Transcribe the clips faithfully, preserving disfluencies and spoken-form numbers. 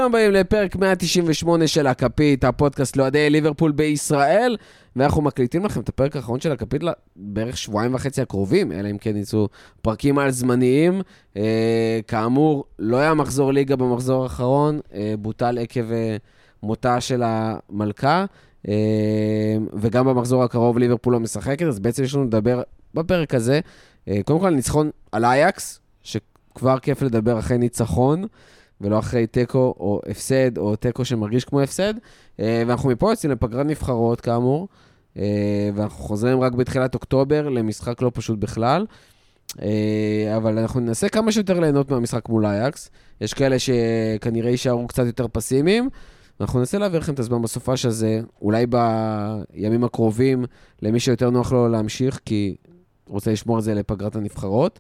ברוכים הבאים לפרק מאה תשעים ושמונה של הכפית, הפודקאסט לאוהדי ליברפול בישראל, ואנחנו מקליטים לכם את הפרק האחרון של הכפית בערך שבועיים וחצי הקרובים, אלא אם כן יצאו פרקים על זמניים. אה, כאמור, לא היה מחזור ליגה במחזור האחרון, אה, בוטל עקב אה, מותה של המלכה, אה, וגם במחזור הקרוב ליברפול לא משחקת, אז בעצם יש לנו לדבר בפרק הזה, אה, קודם כל ניצחון על אייקס, שכבר כיף לדבר אחרי ניצחון, ולא אחרי טקו או הפסד, או טקו שמרגיש כמו הפסד. ואנחנו מפה יוצאים לפגרת נבחרות, כאמור, ואנחנו חוזרים רק בתחילת אוקטובר למשחק לא פשוט בכלל. אבל אנחנו ננסה כמה שיותר ליהנות מהמשחק מול אייקס. יש כאלה שכנראה יישארו קצת יותר פסימיים. אנחנו ננסה להעביר לכם את הזמן בסופש הזה, אולי בימים הקרובים, למי שיותר נוח לו להמשיך, כי רוצה לשמור את זה לפגרת הנבחרות.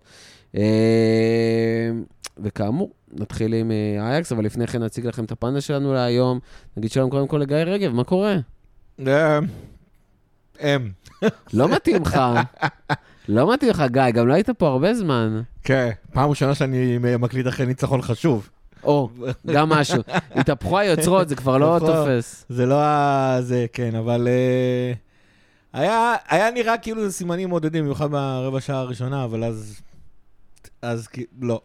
וכאמור, נתחיל עם אייקס, אבל לפני כן נציג לכם את הפאנל שלנו להיום. נגיד שלום קודם כל לגיא רגב, מה קורה? הם. לא מתאים לך. לא מתאים לך, גיא, גם לא היית פה הרבה זמן. כן, פעם ראשונה שאני מקליט אחרי ניצחון חשוב. או, גם משהו. התהפכו היוצרות, זה כבר לא תופס. זה לא ה... זה, כן, אבל... היה נראה כאילו זה סימנים מעודדים, במיוחד ברבע שעה הראשונה, אבל אז... אז לא.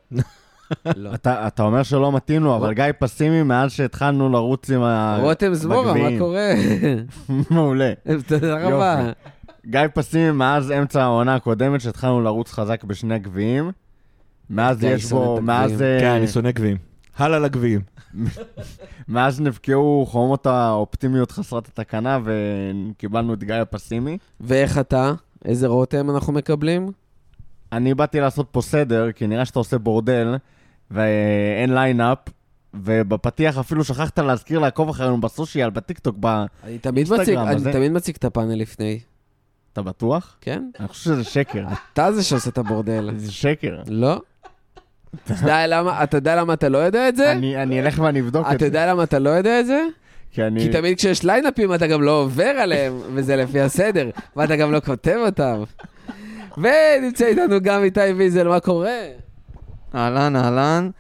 אתה אומר שלא מתאים לו, אבל גיא פסימי מאז שהתחלנו לרוץ עם הגביעים. רותם זמורה, מה קורה? מעולה. תודה רבה. גיא פסימי מאז אמצע העונה הקודמת שהתחלנו לרוץ חזק בשני גביעים. מאז יש בו, מאז... כן, אני שונא גביעים. הלאה לגביעים. מאז נבקעו חומות האופטימיות חסרת התקנה וקיבלנו את גיא הפסימי. ואיך אתה? איזה רותם אנחנו מקבלים? אני באתי לעשות פה סדר, כי נראה שאתה עושה בורדל, ואין ליינאפ, ובפתיח אפילו שכחת להזכיר לעקוב אחרינו בסושיאל, בטיקטוק, באינסטגרם. אני תמיד מציג את הפאנל לפני. אתה בטוח? כן. אני חושב שזה שקר. אתה זה שעושה את הבורדל. זה שקר. לא. אתה יודע למה אתה לא יודע את זה? אני אלך ואני אבדוק את זה. אתה יודע למה אתה לא יודע את זה? כי אני... כי תמיד כשיש ליינאפים אתה גם לא עובר עליהם, וזה לפי הסדר, ואתה גם לא כותב אותם. ונמצא איתנו גם איתי ויזל, מה קורה? אהלן, אהלן.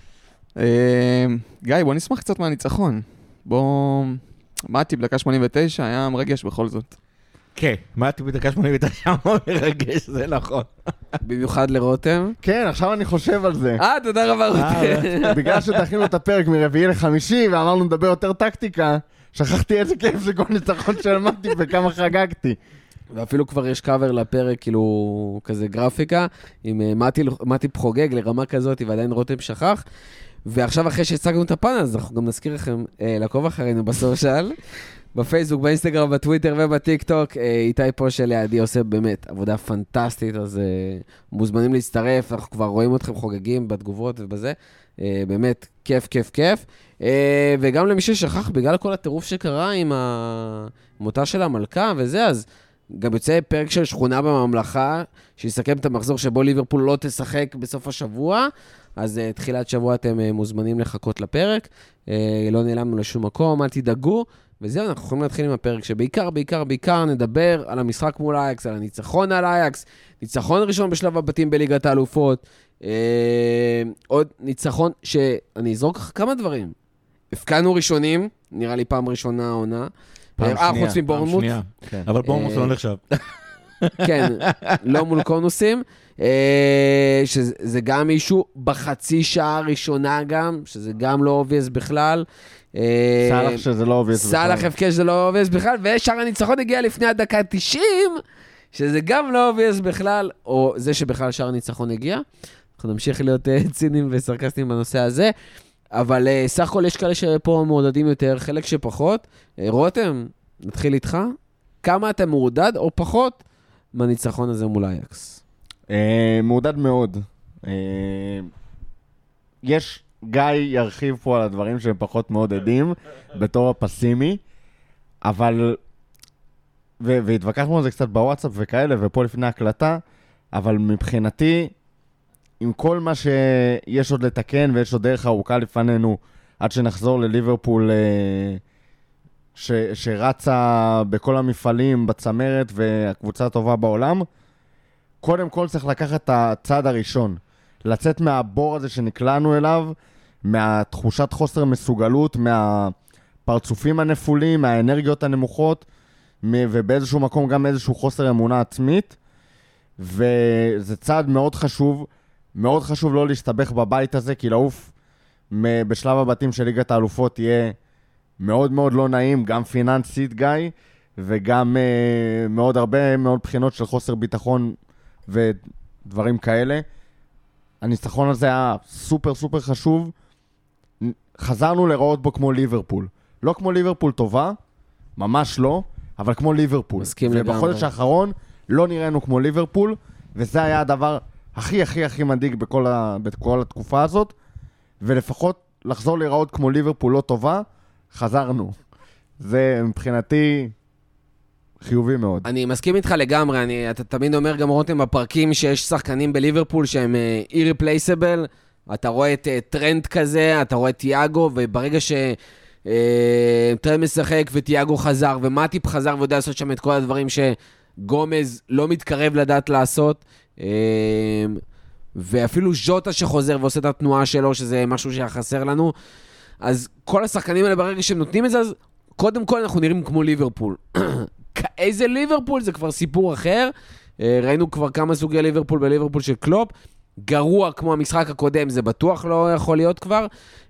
גיא, בוא נשמח קצת מהניצחון. בוא... מתי בדקה שמונים ותשע, היה מרגש בכל זאת. כן, מתי בדקה שמונים ותשע, מרגש, זה נכון. במיוחד לרותם? כן, עכשיו אני חושב על זה. אה, תודה רבה רותם. בגלל שתכינו את הפרק מרביעי לחמישי, ואמרנו לדבר יותר טקטיקה, שכחתי איזה כיף זה כל ניצחון של מתי וכמה חגגתי. ואפילו כבר יש קאבר לפרק, כאילו, כזה גרפיקה, עם מתי, מתי חוגג לרמה כזאת, ועדיין רותם שכח. ועכשיו אחרי שהצגנו את הפאנל, אז אנחנו גם נזכיר לכם אה, לעקוב אחרינו בסושיאל, בפייסבוק, באינסטגרם, בטוויטר ובטיקטוק. אה, איתי פה שלידי עושה באמת עבודה פנטסטית, אז אה, מוזמנים להצטרף, אנחנו כבר רואים אתכם חוגגים בתגובות ובזה. אה, באמת, כיף, כיף, כיף. אה, וגם למי ששכח, בגלל כל הטירוף שקרה עם המותה של המלכה וזה, אז... גם יוצא פרק של שכונה בממלכה, שיסכם את המחזור שבו ליברפול לא תשחק בסוף השבוע, אז uh, תחילת שבוע אתם uh, מוזמנים לחכות לפרק, uh, לא נעלמנו לשום מקום, אל תדאגו, וזהו, אנחנו יכולים להתחיל עם הפרק, שבעיקר, בעיקר, בעיקר נדבר על המשחק מול אייקס, על הניצחון על אייקס, ניצחון ראשון בשלב הבתים בליגת האלופות, uh, עוד ניצחון שאני אזרוק כמה דברים, הפקענו ראשונים, נראה לי פעם ראשונה העונה, אה, חוץ מבורנמוט. אבל בורנמוט לא נחשב. כן, לא מול קונוסים. שזה גם מישהו בחצי שעה הראשונה גם, שזה גם לא אובייס בכלל. סלח שזה לא אובייס בכלל. סלח הפקש שזה לא אובייס בכלל, ושאר הניצחון הגיע לפני הדקה תשעים, שזה גם לא אובייס בכלל, או זה שבכלל שאר הניצחון הגיע. אנחנו נמשיך להיות ציניים וסרקסטיים בנושא הזה. אבל uh, סך הכל יש כאלה שפה מעודדים יותר, חלק שפחות. Uh, רותם, נתחיל איתך. כמה אתה מעודד או פחות מהניצחון הזה מול אייקס? Uh, מעודד מאוד. Uh, יש, גיא ירחיב פה על הדברים שהם פחות מעודדים, בתור הפסימי, אבל, ו- והתווכחנו על זה קצת בוואטסאפ וכאלה, ופה לפני הקלטה, אבל מבחינתי, עם כל מה שיש עוד לתקן, ויש עוד דרך ארוכה לפנינו, עד שנחזור לליברפול, ש, שרצה בכל המפעלים בצמרת, והקבוצה הטובה בעולם, קודם כל צריך לקחת את הצעד הראשון, לצאת מהבור הזה שנקלענו אליו, מהתחושת חוסר מסוגלות, מהפרצופים הנפולים, מהאנרגיות הנמוכות, ובאיזשהו מקום גם איזשהו חוסר אמונה עצמית, וזה צעד מאוד חשוב, מאוד חשוב לא להסתבך בבית הזה, כי לעוף בשלב הבתים של ליגת האלופות יהיה מאוד מאוד לא נעים, גם פיננסית גיא, וגם uh, מאוד הרבה מאוד בחינות של חוסר ביטחון ודברים כאלה. הניצחון הזה היה סופר סופר חשוב. חזרנו לראות בו כמו ליברפול. לא כמו ליברפול טובה, ממש לא, אבל כמו ליברפול. מסכים לגמרי. ובחודש האחרון לא נראינו כמו ליברפול, וזה היה הדבר הכי הכי הכי מדאיג בכל, ה... בכל התקופה הזאת, ולפחות לחזור לראות כמו ליברפול לא טובה, חזרנו. זה מבחינתי חיובי מאוד. אני מסכים איתך לגמרי, אני, אתה תמיד אומר גם רותם בפרקים שיש שחקנים בליברפול שהם uh, irreplaceable, אתה רואה את uh, טרנד כזה, אתה רואה את תיאגו, וברגע שטרנד uh, משחק ותיאגו חזר, ומטיפ חזר ויודע לעשות שם את כל הדברים שגומז לא מתקרב לדעת לעשות, uh, ואפילו ז'וטה שחוזר ועושה את התנועה שלו, שזה משהו שחסר לנו, אז כל השחקנים האלה ברגע שהם נותנים את זה, אז קודם כל אנחנו נראים כמו ליברפול. איזה ליברפול? זה כבר סיפור אחר. ראינו כבר כמה סוגי ליברפול בליברפול של קלופ. גרוע כמו המשחק הקודם, זה בטוח לא יכול להיות כבר.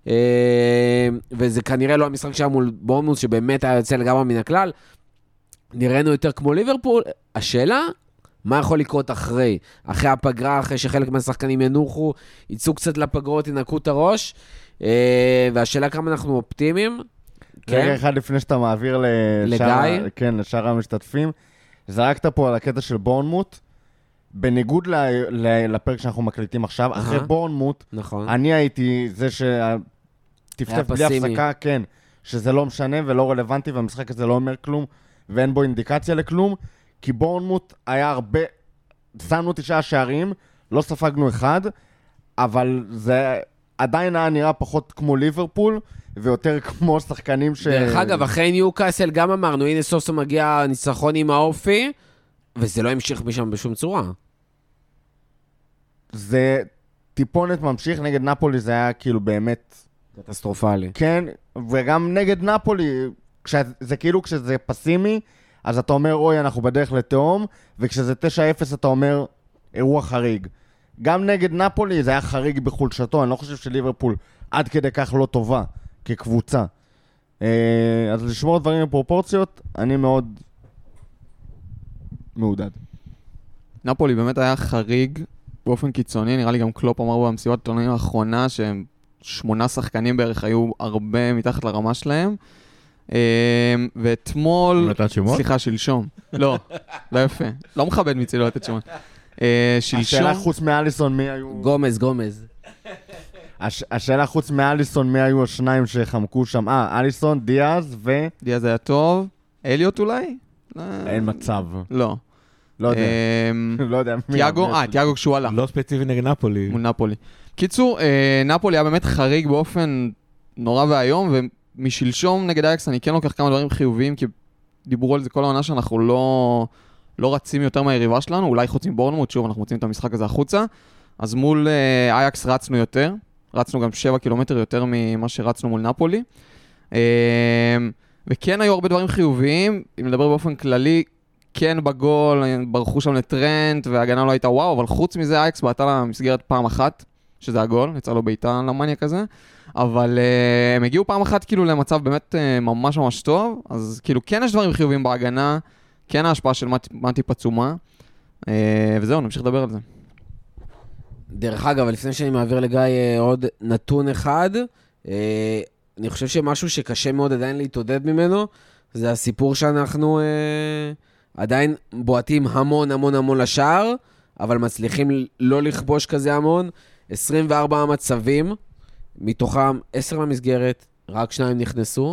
וזה כנראה לא המשחק שהיה מול בורנמות' שבאמת היה יוצא לגמרי מן הכלל. נראינו יותר כמו ליברפול. השאלה, מה יכול לקרות אחרי? אחרי הפגרה, אחרי שחלק מהשחקנים ינוחו, יצאו קצת לפגרות, ינקו את הראש. והשאלה כמה אנחנו אופטימיים. רגע אחד לפני שאתה מעביר לשאר, כן, לשאר המשתתפים, זרקת פה על הקטע של בורנמות', בניגוד ל, ל, לפרק שאנחנו מקליטים עכשיו, uh-huh. אחרי בורנמות', נכון. אני הייתי זה שטפטף בלי הפסקה, כן, שזה לא משנה ולא רלוונטי, והמשחק הזה לא אומר כלום, ואין בו אינדיקציה לכלום, כי בורנמות' היה הרבה, שמנו תשעה שערים, לא ספגנו אחד, אבל זה עדיין היה נראה פחות כמו ליברפול, ויותר כמו שחקנים ש... דרך אגב, אחרי ניוקאסל גם אמרנו, הנה סוף סוף מגיע ניצחון עם האופי, וזה לא המשיך משם בשום צורה. זה טיפונת ממשיך, נגד נפולי זה היה כאילו באמת... קטסטרופלי. כן, וגם נגד נפולי, כשה... זה כאילו כשזה פסימי, אז אתה אומר, אוי, אנחנו בדרך לתאום, וכשזה תשע אפס אתה אומר, אירוע חריג. גם נגד נפולי זה היה חריג בחולשתו, אני לא חושב שליברפול עד כדי כך לא טובה. כקבוצה. אז לשמור דברים בפרופורציות, אני מאוד מעודד. נפולי באמת היה חריג באופן קיצוני, נראה לי גם קלופ אמר במסיבת העיתונאים האחרונה, שהם שמונה שחקנים בערך היו הרבה מתחת לרמה שלהם, ואתמול... נתת שמות? סליחה, שלשום. לא, לא יפה. לא מכבד מצידו לתת שמות. שלשום... השאלה חוץ מאליסון מי היו... גומז, גומז. הש... השאלה חוץ מאליסון, מי היו השניים שחמקו שם? אה, אליסון, דיאז ו... דיאז היה טוב. אליוט אולי? אין מצב. לא. לא יודע. לא יודע. תיאגו, אה, תיאגו כשהוא עלה. לא ספציפי נגד נפולי. מול נפולי. קיצור, נפולי היה באמת חריג באופן נורא והיום, ומשלשום נגד אייקס אני כן לוקח כמה דברים חיוביים, כי דיברו על זה כל העונה שאנחנו לא, לא רצים יותר מהיריבה שלנו, אולי חוץ מבורנמות', שוב אנחנו מוצאים את המשחק הזה החוצה, אז מול אייקס רצנו יותר, רצנו גם שבע קילומטר יותר ממה שרצנו מול נפולי, וכן היו הרבה דברים חיוביים, אם נדבר באופן כללי, כן בגול, ברחו שם לטרנט, וההגנה לא הייתה וואו, אבל חוץ מזה אייקס בעטה למסגרת פעם אחת, שזה הגול, יצא לו בעיטה למניה כזה, אבל uh, הם הגיעו פעם אחת כאילו למצב באמת uh, ממש ממש טוב, אז כאילו כן יש דברים חיוביים בהגנה, כן ההשפעה של מטיפ עצומה, uh, וזהו, נמשיך לדבר על זה. דרך אגב, לפני שאני מעביר לגיא uh, עוד נתון אחד, uh, אני חושב שמשהו שקשה מאוד עדיין להתעודד ממנו, זה הסיפור שאנחנו uh, עדיין בועטים המון המון המון לשער, אבל מצליחים לא לכבוש כזה המון, עשרים וארבעה מצבים, מתוכם עשר למסגרת, רק שניים נכנסו,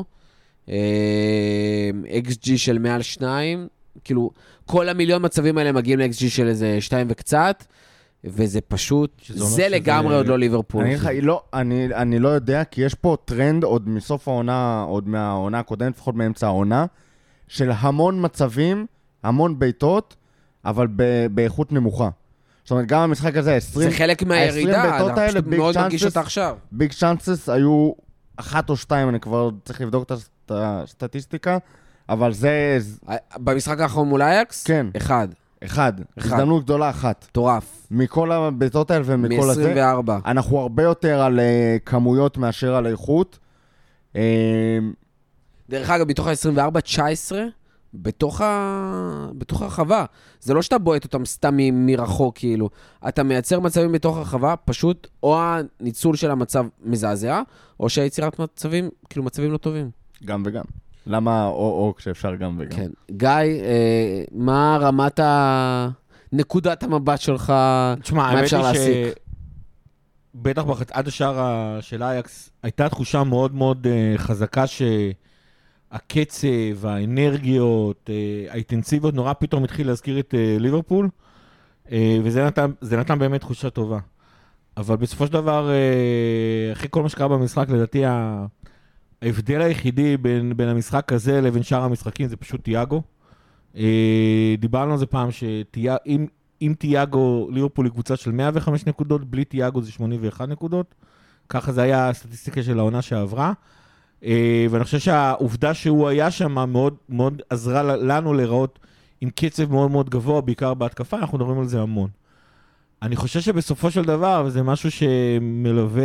אקס ג'י של מעל שניים, כאילו כל המיליון מצבים האלה מגיעים ל-אקס ג'י של איזה שתיים וקצת, וזה פשוט, זה לגמרי עוד לא ליברפול. אני, לא, אני, אני לא יודע, כי יש פה טרנד עוד מסוף העונה, עוד מהעונה הקודמת, לפחות מאמצע העונה, של המון מצבים, המון ביתות, אבל באיכות נמוכה. זאת אומרת, גם המשחק הזה, עשרים... זה חלק מהירידה, בעיטות אנחנו האלה, פשוט ביג מאוד מרגיש צ'אנסס- אותה עכשיו. ביג צ'אנסס היו אחת או שתיים, אני כבר צריך לבדוק את הסט- הסטטיסטיקה, אבל זה במשחק האחרון מול אייקס? כן. אחד. אחד, אחד. הזדמנות גדולה אחת. מטורף. מכל הבעיטות האלה ומכל הזה, מ-עשרים וארבע. אנחנו הרבה יותר על uh, כמויות מאשר על איכות. Uh, דרך אגב, בתוך ה-עשרים וארבע, תשע עשרה, בתוך ה... בתוך הרחבה. זה לא שאתה בועט אותם סתם מ- מרחוק, כאילו. אתה מייצר מצבים בתוך הרחבה, פשוט או הניצול של המצב מזעזע, או שהיצירת מצבים, כאילו מצבים לא טובים. גם וגם. למה או-או כשאפשר גם וגם? כן. גיא, אה, מה רמת ה... נקודת המבט שלך, תשמע, מה האמת אפשר היא להסיק? בטח בחצ... עד השער ה- של אייקס, הייתה תחושה מאוד מאוד uh, חזקה שהקצב, האנרגיות, uh, האינטנסיביות, נורא פתאום התחיל להזכיר את uh, ליברפול, uh, וזה נתן, זה נתן באמת תחושה טובה. אבל בסופו של דבר, uh, אחרי כל מה שקרה במשחק, לדעתי ה- ההבדל היחידי בין, בין המשחק הזה לבין שאר המשחקים זה פשוט תיאגו. Uh, דיברנו על זה פעם, שאם אם תיאגו, ליברפול היא קבוצה של מאה וחמש נקודות, בלי תיאגו זה שמונים ואחת נקודות. ככה זה היה הסטטיסטיקה של העונה שעברה. ואני חושב שהעובדה שהוא היה שם מאוד, מאוד עזרה לנו לראות עם קצב מאוד מאוד גבוה, בעיקר בהתקפה, אנחנו מדברים על זה המון. אני חושב שבסופו של דבר, וזה משהו שמלווה,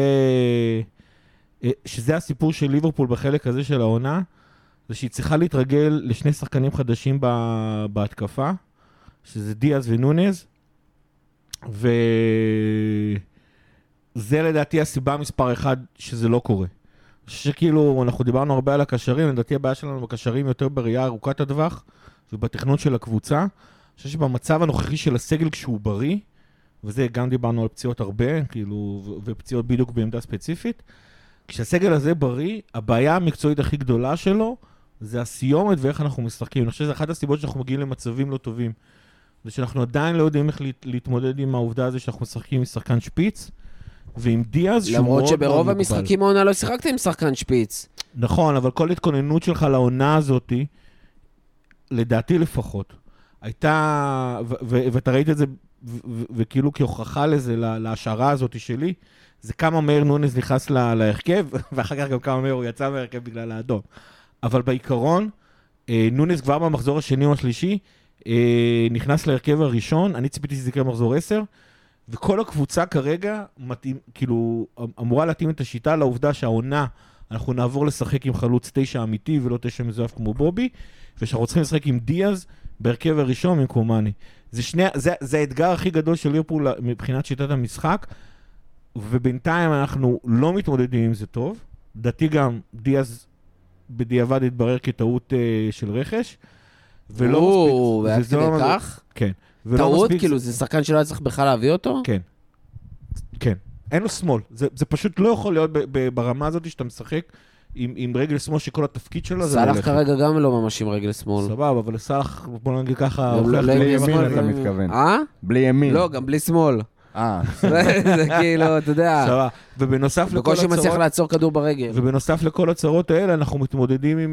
שזה הסיפור של ליברפול בחלק הזה של העונה, זה שהיא צריכה להתרגל לשני שחקנים חדשים בהתקפה, שזה דיאז ונונז, וזה לדעתי הסיבה מספר אחד שזה לא קורה. שכאילו, אנחנו דיברנו הרבה על הקשרים, לדעתי הבעיה שלנו בקשרים יותר בראייה ארוכת הטווח, ובתכנון של הקבוצה. אני חושב שבמצב הנוכחי של הסגל כשהוא בריא, וזה גם דיברנו על פציעות הרבה, כאילו, ופציעות בדיוק בעמדה ספציפית, כשהסגל הזה בריא, הבעיה המקצועית הכי גדולה שלו, זה הסיומת ואיך אנחנו משחקים. אני חושב שזה אחת הסיבות שאנחנו מגיעים למצבים לא טובים. זה שאנחנו עדיין לא יודעים איך להתמודד עם העובדה הזה שאנחנו משחקים עם שחקן שפיץ, ועם דיאז שהוא מאוד מאוד למרות שברוב מוגבל. המשחקים העונה לא שיחקת עם שחקן שפיץ. נכון, אבל כל התכוננות שלך לעונה הזאת, לדעתי לפחות, הייתה, ו- ו- ואתה ראית את זה, ו- ו- וכאילו כהוכחה לזה, לה- להשערה הזאת שלי, זה כמה מהר נונס נכנס לה- להרכב, ואחר כך גם כמה מהר הוא יצא מהרכב בגלל האדום. אבל בעיקרון, אה, נונס כבר במחזור השני או השלישי, אה, נכנס להרכב הראשון, אני ציפיתי שזה יקרה במחזור עשר, וכל הקבוצה כרגע, מתאים, כאילו, אמורה להתאים את השיטה לעובדה שהעונה, אנחנו נעבור לשחק עם חלוץ תשע אמיתי ולא תשע מזויף כמו בובי, ושאנחנו צריכים לשחק עם דיאז בהרכב הראשון במקום מאני. זה, שני, זה, זה האתגר הכי גדול של ליברפול מבחינת שיטת המשחק, ובינתיים אנחנו לא מתמודדים עם זה טוב. דעתי גם דיאז בדיעבד התברר כטעות uh, של רכש, ולא או, מספיק. ועד וזה כדי לא- כך? כן. ולא טעות? מספיק- כאילו, זה שחקן שלא היה צריך בכלל להביא אותו? כן. כן. אין לו שמאל. זה, זה פשוט לא יכול להיות ב, ב, ברמה הזאת שאתה משחק עם, עם רגל שמאל שכל התפקיד שלו זה סלאח ללכת. כרגע גם לא ממש עם רגל שמאל. סבבה, אבל לסלאח, בוא נגיד ככה, גם הולך לא- לא להיות עם ימין, שמאל, אתה גם- מתכוון. אה? בלי ימין. לא, גם בלי שמאל. אה, זה זה כאילו, אתה יודע, סבבה. ובנוסף לכל בקושי מצליח הצרות, לעצור כדור ברגל. ובנוסף לכל הצרות האלה, אנחנו מתמודדים עם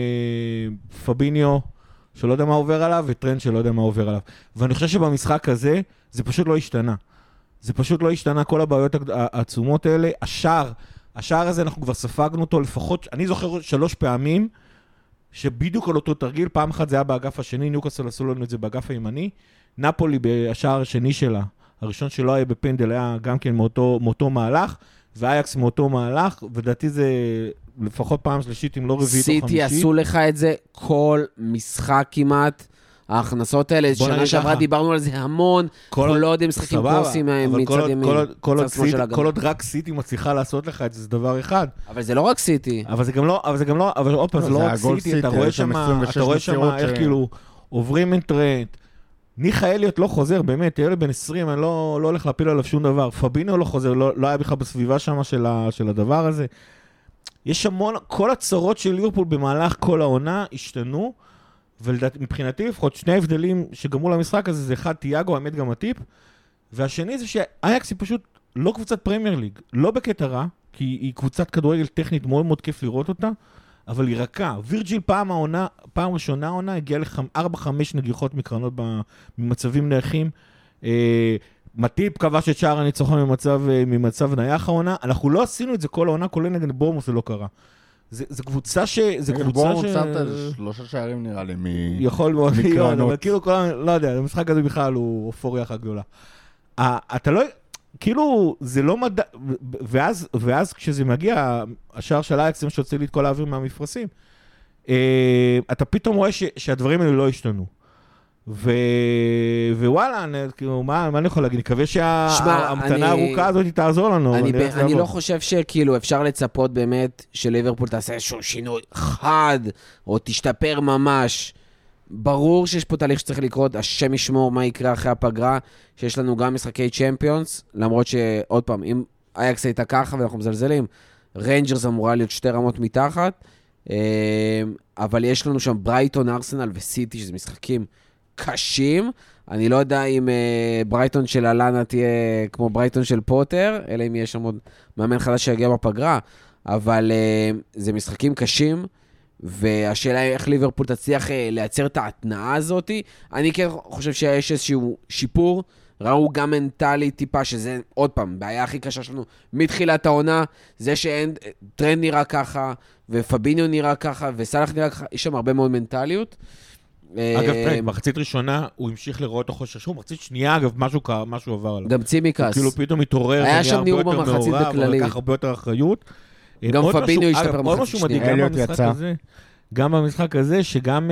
אה, פביניו, שלא יודע מה עובר עליו, וטרנד שלא יודע מה עובר עליו. ואני חושב שבמשחק הזה, זה פשוט לא השתנה. זה פשוט לא השתנה, כל הבעיות הגד- העצומות האלה. השער, השער הזה, אנחנו כבר ספגנו אותו לפחות, אני זוכר שלוש פעמים, שבדיוק על אותו תרגיל, פעם אחת זה היה באגף השני, ניוקאסל עשו לנו את זה באגף הימני, נפולי בשער השני שלה, הראשון שלא היה בפנדל, היה גם כן מאותו, מאותו מהלך, ואייקס מאותו מהלך, ודעתי זה לפחות פעם שלישית, אם לא רביעית או חמישית. סיטי עשו לך את זה כל משחק כמעט. ההכנסות האלה, בוא שנה נגיד שעברה ככה. דיברנו על זה המון, אנחנו לא יודעים לשחק עם סבבה, קורסים אבל כל מצד עוד- ימין, כל עוד- כל עוד מצד שמאל של סיטי- הגנה. כל עוד רק סיטי מצליחה לעשות לך את זה, זה דבר אחד. אבל זה לא רק סיטי. אבל זה גם לא, אבל זה גם לא, אבל עוד פעם, לא, זה לא זה רק הגול סיטי, אתה סיטי, רואה יש שם שם, עשרים ושש אתה רואה שם מסירות איך ש- כאילו עוברים אינטרנט. מיכה אליוט לא חוזר, באמת, ילד בן עשרים, אני לא לא הולך להפיל עליו שום דבר. פבינו לא חוזר, לא לא היה בכלל בסביבה שם של ה- של הדבר הזה. יש המון, כל הצרות של ליברפול במהלך כל העונה השתנו, ומבחינתי לפחות שני הבדלים שגמרו למשחק הזה, זה אחד תיאגו, האמת גם הטיפ, והשני זה שאייקס היא פשוט לא קבוצת פרמייר ליג, לא בקטע רע, כי היא קבוצת כדורגל טכנית, מאוד מאוד כיף לראות אותה, אבל היא רכה. וירג'יל פעם העונה, פעם ראשונה העונה, הגיעה ל-ארבע חמש נגיחות מקרנות במצבים נייחים. מטיפ כבש את שער הניצחון ממצב, ממצב נייח העונה, אנחנו לא עשינו את זה כל העונה, כולל נגד בורמוס, זה לא קרה. זה, זה קבוצה ש... זה קבוצה בורמוס ש... שמת שלושה שערים נראה לי מ... יכול מאוד להיות, מקרנות. אבל כאילו כל... לא יודע, המשחק הזה בכלל הוא אופוריה אחת גדולה. אתה לא... כאילו, זה לא מדע... ואז, ואז כשזה מגיע, השער של אייקס, זה מה שהוציא לי את כל האוויר מהמפרשים, אתה פתאום רואה ש... שהדברים האלה לא השתנו. ו... ווואלה, אני, כאילו, מה, מה אני יכול להגיד? אני מקווה שההמתנה הארוכה הזאת תעזור לנו. אני, ב... אני לא חושב שכאילו אפשר לצפות באמת שליברפול תעשה איזשהו שינוי חד, או תשתפר ממש. ברור שיש פה תהליך שצריך לקרות, השם ישמור מה יקרה אחרי הפגרה, שיש לנו גם משחקי צ'מפיונס, למרות שעוד פעם, אם אייקס הייתה ככה ואנחנו מזלזלים, ריינג'רס אמורה להיות שתי רמות מתחת, אבל יש לנו שם ברייטון, ארסנל וסיטי, שזה משחקים קשים. אני לא יודע אם uh, ברייטון של אלנה תהיה כמו ברייטון של פוטר, אלא אם יש שם עוד מאמן חדש שיגיע בפגרה, אבל uh, זה משחקים קשים, והשאלה היא איך ליברפול תצליח uh, לייצר את ההתנאה הזאת. אני כן חושב שיש איזשהו שיפור, ראו גם מנטלי טיפה, שזה עוד פעם, בעיה הכי קשה שלנו מתחילת העונה, זה שאין, טרנד נראה ככה, ופביניו נראה ככה, וסלח נראה ככה, יש שם הרבה מאוד מנטליות. אגב, מחצית ראשונה הוא המשיך לראות אותו חוששו, מחצית שנייה, אגב, משהו עבר עליו. גם צימיקס. כאילו פתאום התעורר, היה שם ניעור במחצית בכללי. לקח הרבה יותר אחריות. גם פביניו השתפר מחצית שנייה. גם במשחק הזה, גם במשחק הזה, שגם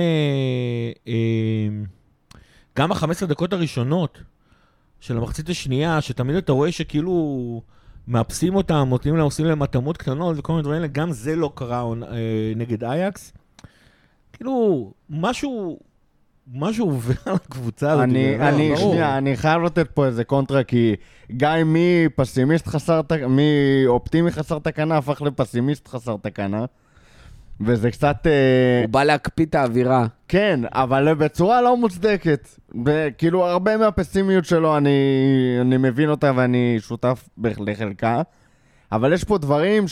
גם ה-חמש עשרה דקות הראשונות של המחצית השנייה, שתמיד אתה רואה שכאילו מאפסים אותם, נותנים להם, עושים להם מתאמות קטנות וכל מיני דברים האלה, גם זה לא קרה נגד אייקס. כאילו, משהו, משהו עובר על הקבוצה הזאת. אני, לא, אני, ברור. שנייה, אני חייב לתת פה איזה קונטרה, כי גיא מפסימיסט חסר, מאופטימי חסר תקנה, הפך לפסימיסט חסר תקנה. וזה קצת... הוא בא להקפיא את האווירה. כן, אבל בצורה לא מוצדקת. כאילו, הרבה מהפסימיות שלו, אני, אני מבין אותה ואני שותף לחלקה. אבל יש פה דברים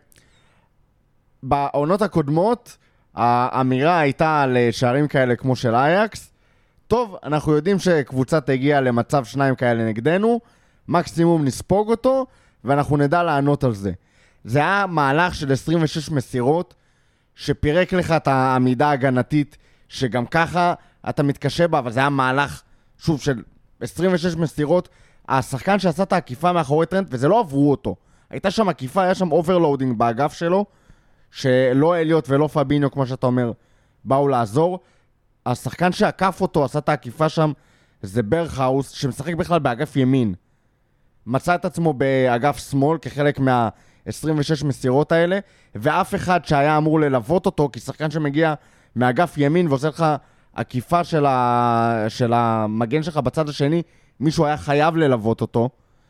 שבעונות הקודמות, האמירה הייתה על שערים כאלה כמו של אייקס. טוב, אנחנו יודעים שקבוצה תגיע למצב שניים כאלה נגדנו, מקסימום נספוג אותו, ואנחנו נדע לענות על זה. זה היה מהלך של עשרים ושש מסירות, שפירק לך את העמידה ההגנתית, שגם ככה אתה מתקשה בה, אבל זה היה מהלך, שוב, של עשרים ושש מסירות, השחקן שעשה את העקיפה מאחורי טרנט, וזה לא עברו אותו. הייתה שם עקיפה, היה שם אוברלואודינג באגף שלו, שלא אליוט ולא פביניו, כמו שאתה אומר, באו לעזור. השחקן שעקף אותו, עשה את העקיפה שם, זה ברכהאוס, שמשחק בכלל באגף ימין. מצא את עצמו באגף שמאל, כחלק מה-עשרים ושש מסירות האלה, ואף אחד שהיה אמור ללוות אותו, כי שחקן שמגיע מאגף ימין ועושה לך עקיפה של, ה... של המגן שלך בצד השני, מישהו היה חייב ללוות אותו.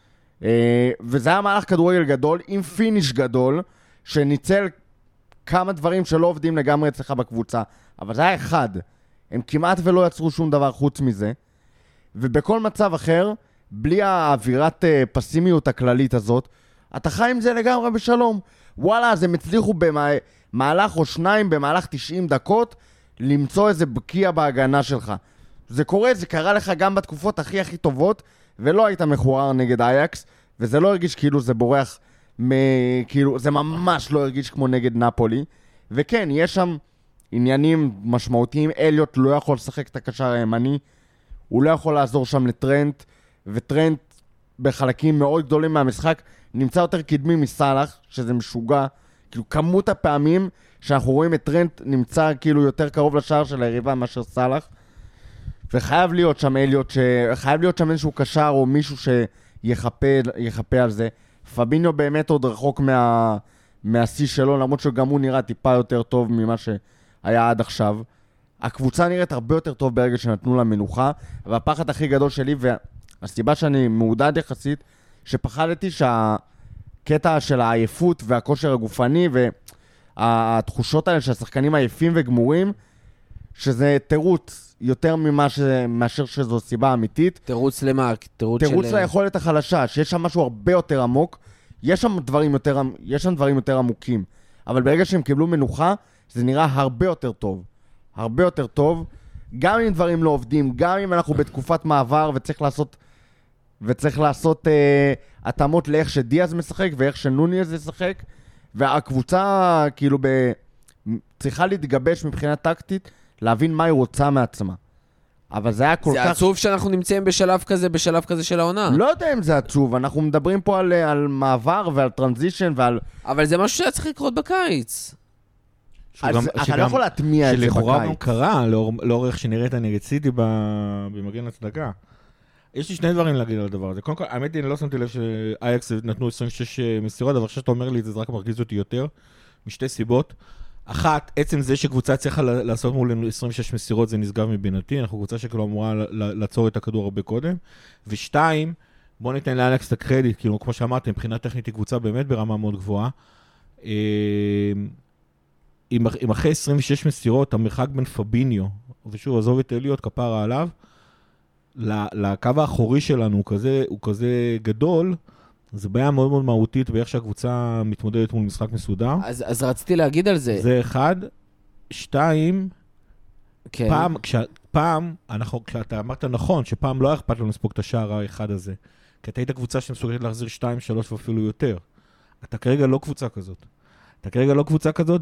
וזה היה מהלך כדורגל גדול, עם פיניש גדול, שניצל כמה דברים שלא עובדים לגמרי אצלך בקבוצה, אבל זה היה אחד. הם כמעט ולא יצרו שום דבר חוץ מזה. ובכל מצב אחר, בלי האווירת פסימיות הכללית הזאת, אתה חי עם זה לגמרי בשלום. וואלה, אז הם הצליחו במהלך או שניים, במהלך תשעים דקות, למצוא איזה בקיע בהגנה שלך. זה קורה, זה קרה לך גם בתקופות הכי הכי טובות, ולא היית מכוער נגד אייקס, וזה לא הרגיש כאילו זה בורח, מ... כאילו, זה ממש לא הרגיש כמו נגד נפולי. וכן, יש שם עניינים משמעותיים, אליוט לא יכול לשחק את הקשר הימני, הוא לא יכול לעזור שם לטרנט, וטרנט בחלקים מאוד גדולים מהמשחק נמצא יותר קדמי מסלח, שזה משוגע. כאילו כמות הפעמים שאנחנו רואים את טרנט נמצא כאילו יותר קרוב לשער של היריבה מאשר סלח, וחייב להיות שם אליוט, חייב להיות שם איזשהו קשר או מישהו שיחפה על זה. פביניו באמת עוד רחוק מה, מהשיא שלו, למרות שגם הוא נראה טיפה יותר טוב ממה שהיה עד עכשיו. הקבוצה נראית הרבה יותר טוב ברגע שנתנו לה מנוחה, והפחד הכי גדול שלי, והסיבה שאני מעודד יחסית, שפחדתי שהקטע של העייפות והכושר הגופני והתחושות האלה שהשחקנים עייפים וגמורים, שזה תירוץ יותר ממה ש... מאשר שזו סיבה אמיתית. תירוץ למה? תירוץ, תירוץ של... ליכולת החלשה, שיש שם משהו הרבה יותר עמוק, יש שם דברים יותר, יש שם דברים יותר עמוקים, אבל ברגע שהם קיבלו מנוחה, זה נראה הרבה יותר טוב. הרבה יותר טוב, גם אם דברים לא עובדים, גם אם אנחנו בתקופת מעבר וצריך לעשות וצריך לעשות אה, התאמות לאיך שדיאז משחק ואיך שנוניאז ישחק, והקבוצה כאילו ב... צריכה להתגבש מבחינה טקטית, להבין מה היא רוצה מעצמה. אבל זה היה כל זה כך... זה עצוב שאנחנו נמצאים בשלב כזה, בשלב כזה של העונה. לא יודע אם זה עצוב, אנחנו מדברים פה על, על מעבר ועל טרנזישן ועל... אבל זה משהו שהיה צריך לקרות בקיץ. אז שגם- אתה שגם- לא יכול להטמיע את זה שלכאורה גם בקיץ. קרה, לאור- לאור איך שנראית נגד סיטי ב- במגן הצדקה. יש לי שני דברים להגיד על הדבר הזה. קודם כל, האמת היא, אני לא שמתי לב שאייקס נתנו עשרים ושש מסירות, אבל עכשיו שאתה אומר לי את זה, זה רק מרגיז אותי יותר, משתי סיבות. אחת, עצם זה שקבוצה צריכה לעשות מול עשרים ושש מסירות, זה נשגב מבינתי, אנחנו קבוצה שכאילו אמורה לעצור את הכדור הרבה קודם. ושתיים, בוא ניתן לאלכס את הקרדיט, כאילו, כמו שאמרתי, מבחינה טכנית היא קבוצה באמת ברמה מאוד גבוהה. עם, עם אחרי עשרים ושש מסירות, המרחק בין פביניו, ושוב, עזוב את אליוט, כפרה עליו, לקו האחורי שלנו הוא כזה, הוא כזה גדול, זה בעיה מאוד מאוד מהותית באיך שהקבוצה מתמודדת מול משחק מסודר. אז, אז רציתי להגיד על זה. זה אחד. שתיים, כן. פעם, כש, פעם, אנחנו, כשאתה אמרת נכון, שפעם לא היה אכפת לנו לספוג את השער האחד הזה, כי אתה היית קבוצה שמסוגלת להחזיר שתיים, שלוש ואפילו יותר. אתה כרגע לא קבוצה כזאת. אתה כרגע לא קבוצה כזאת,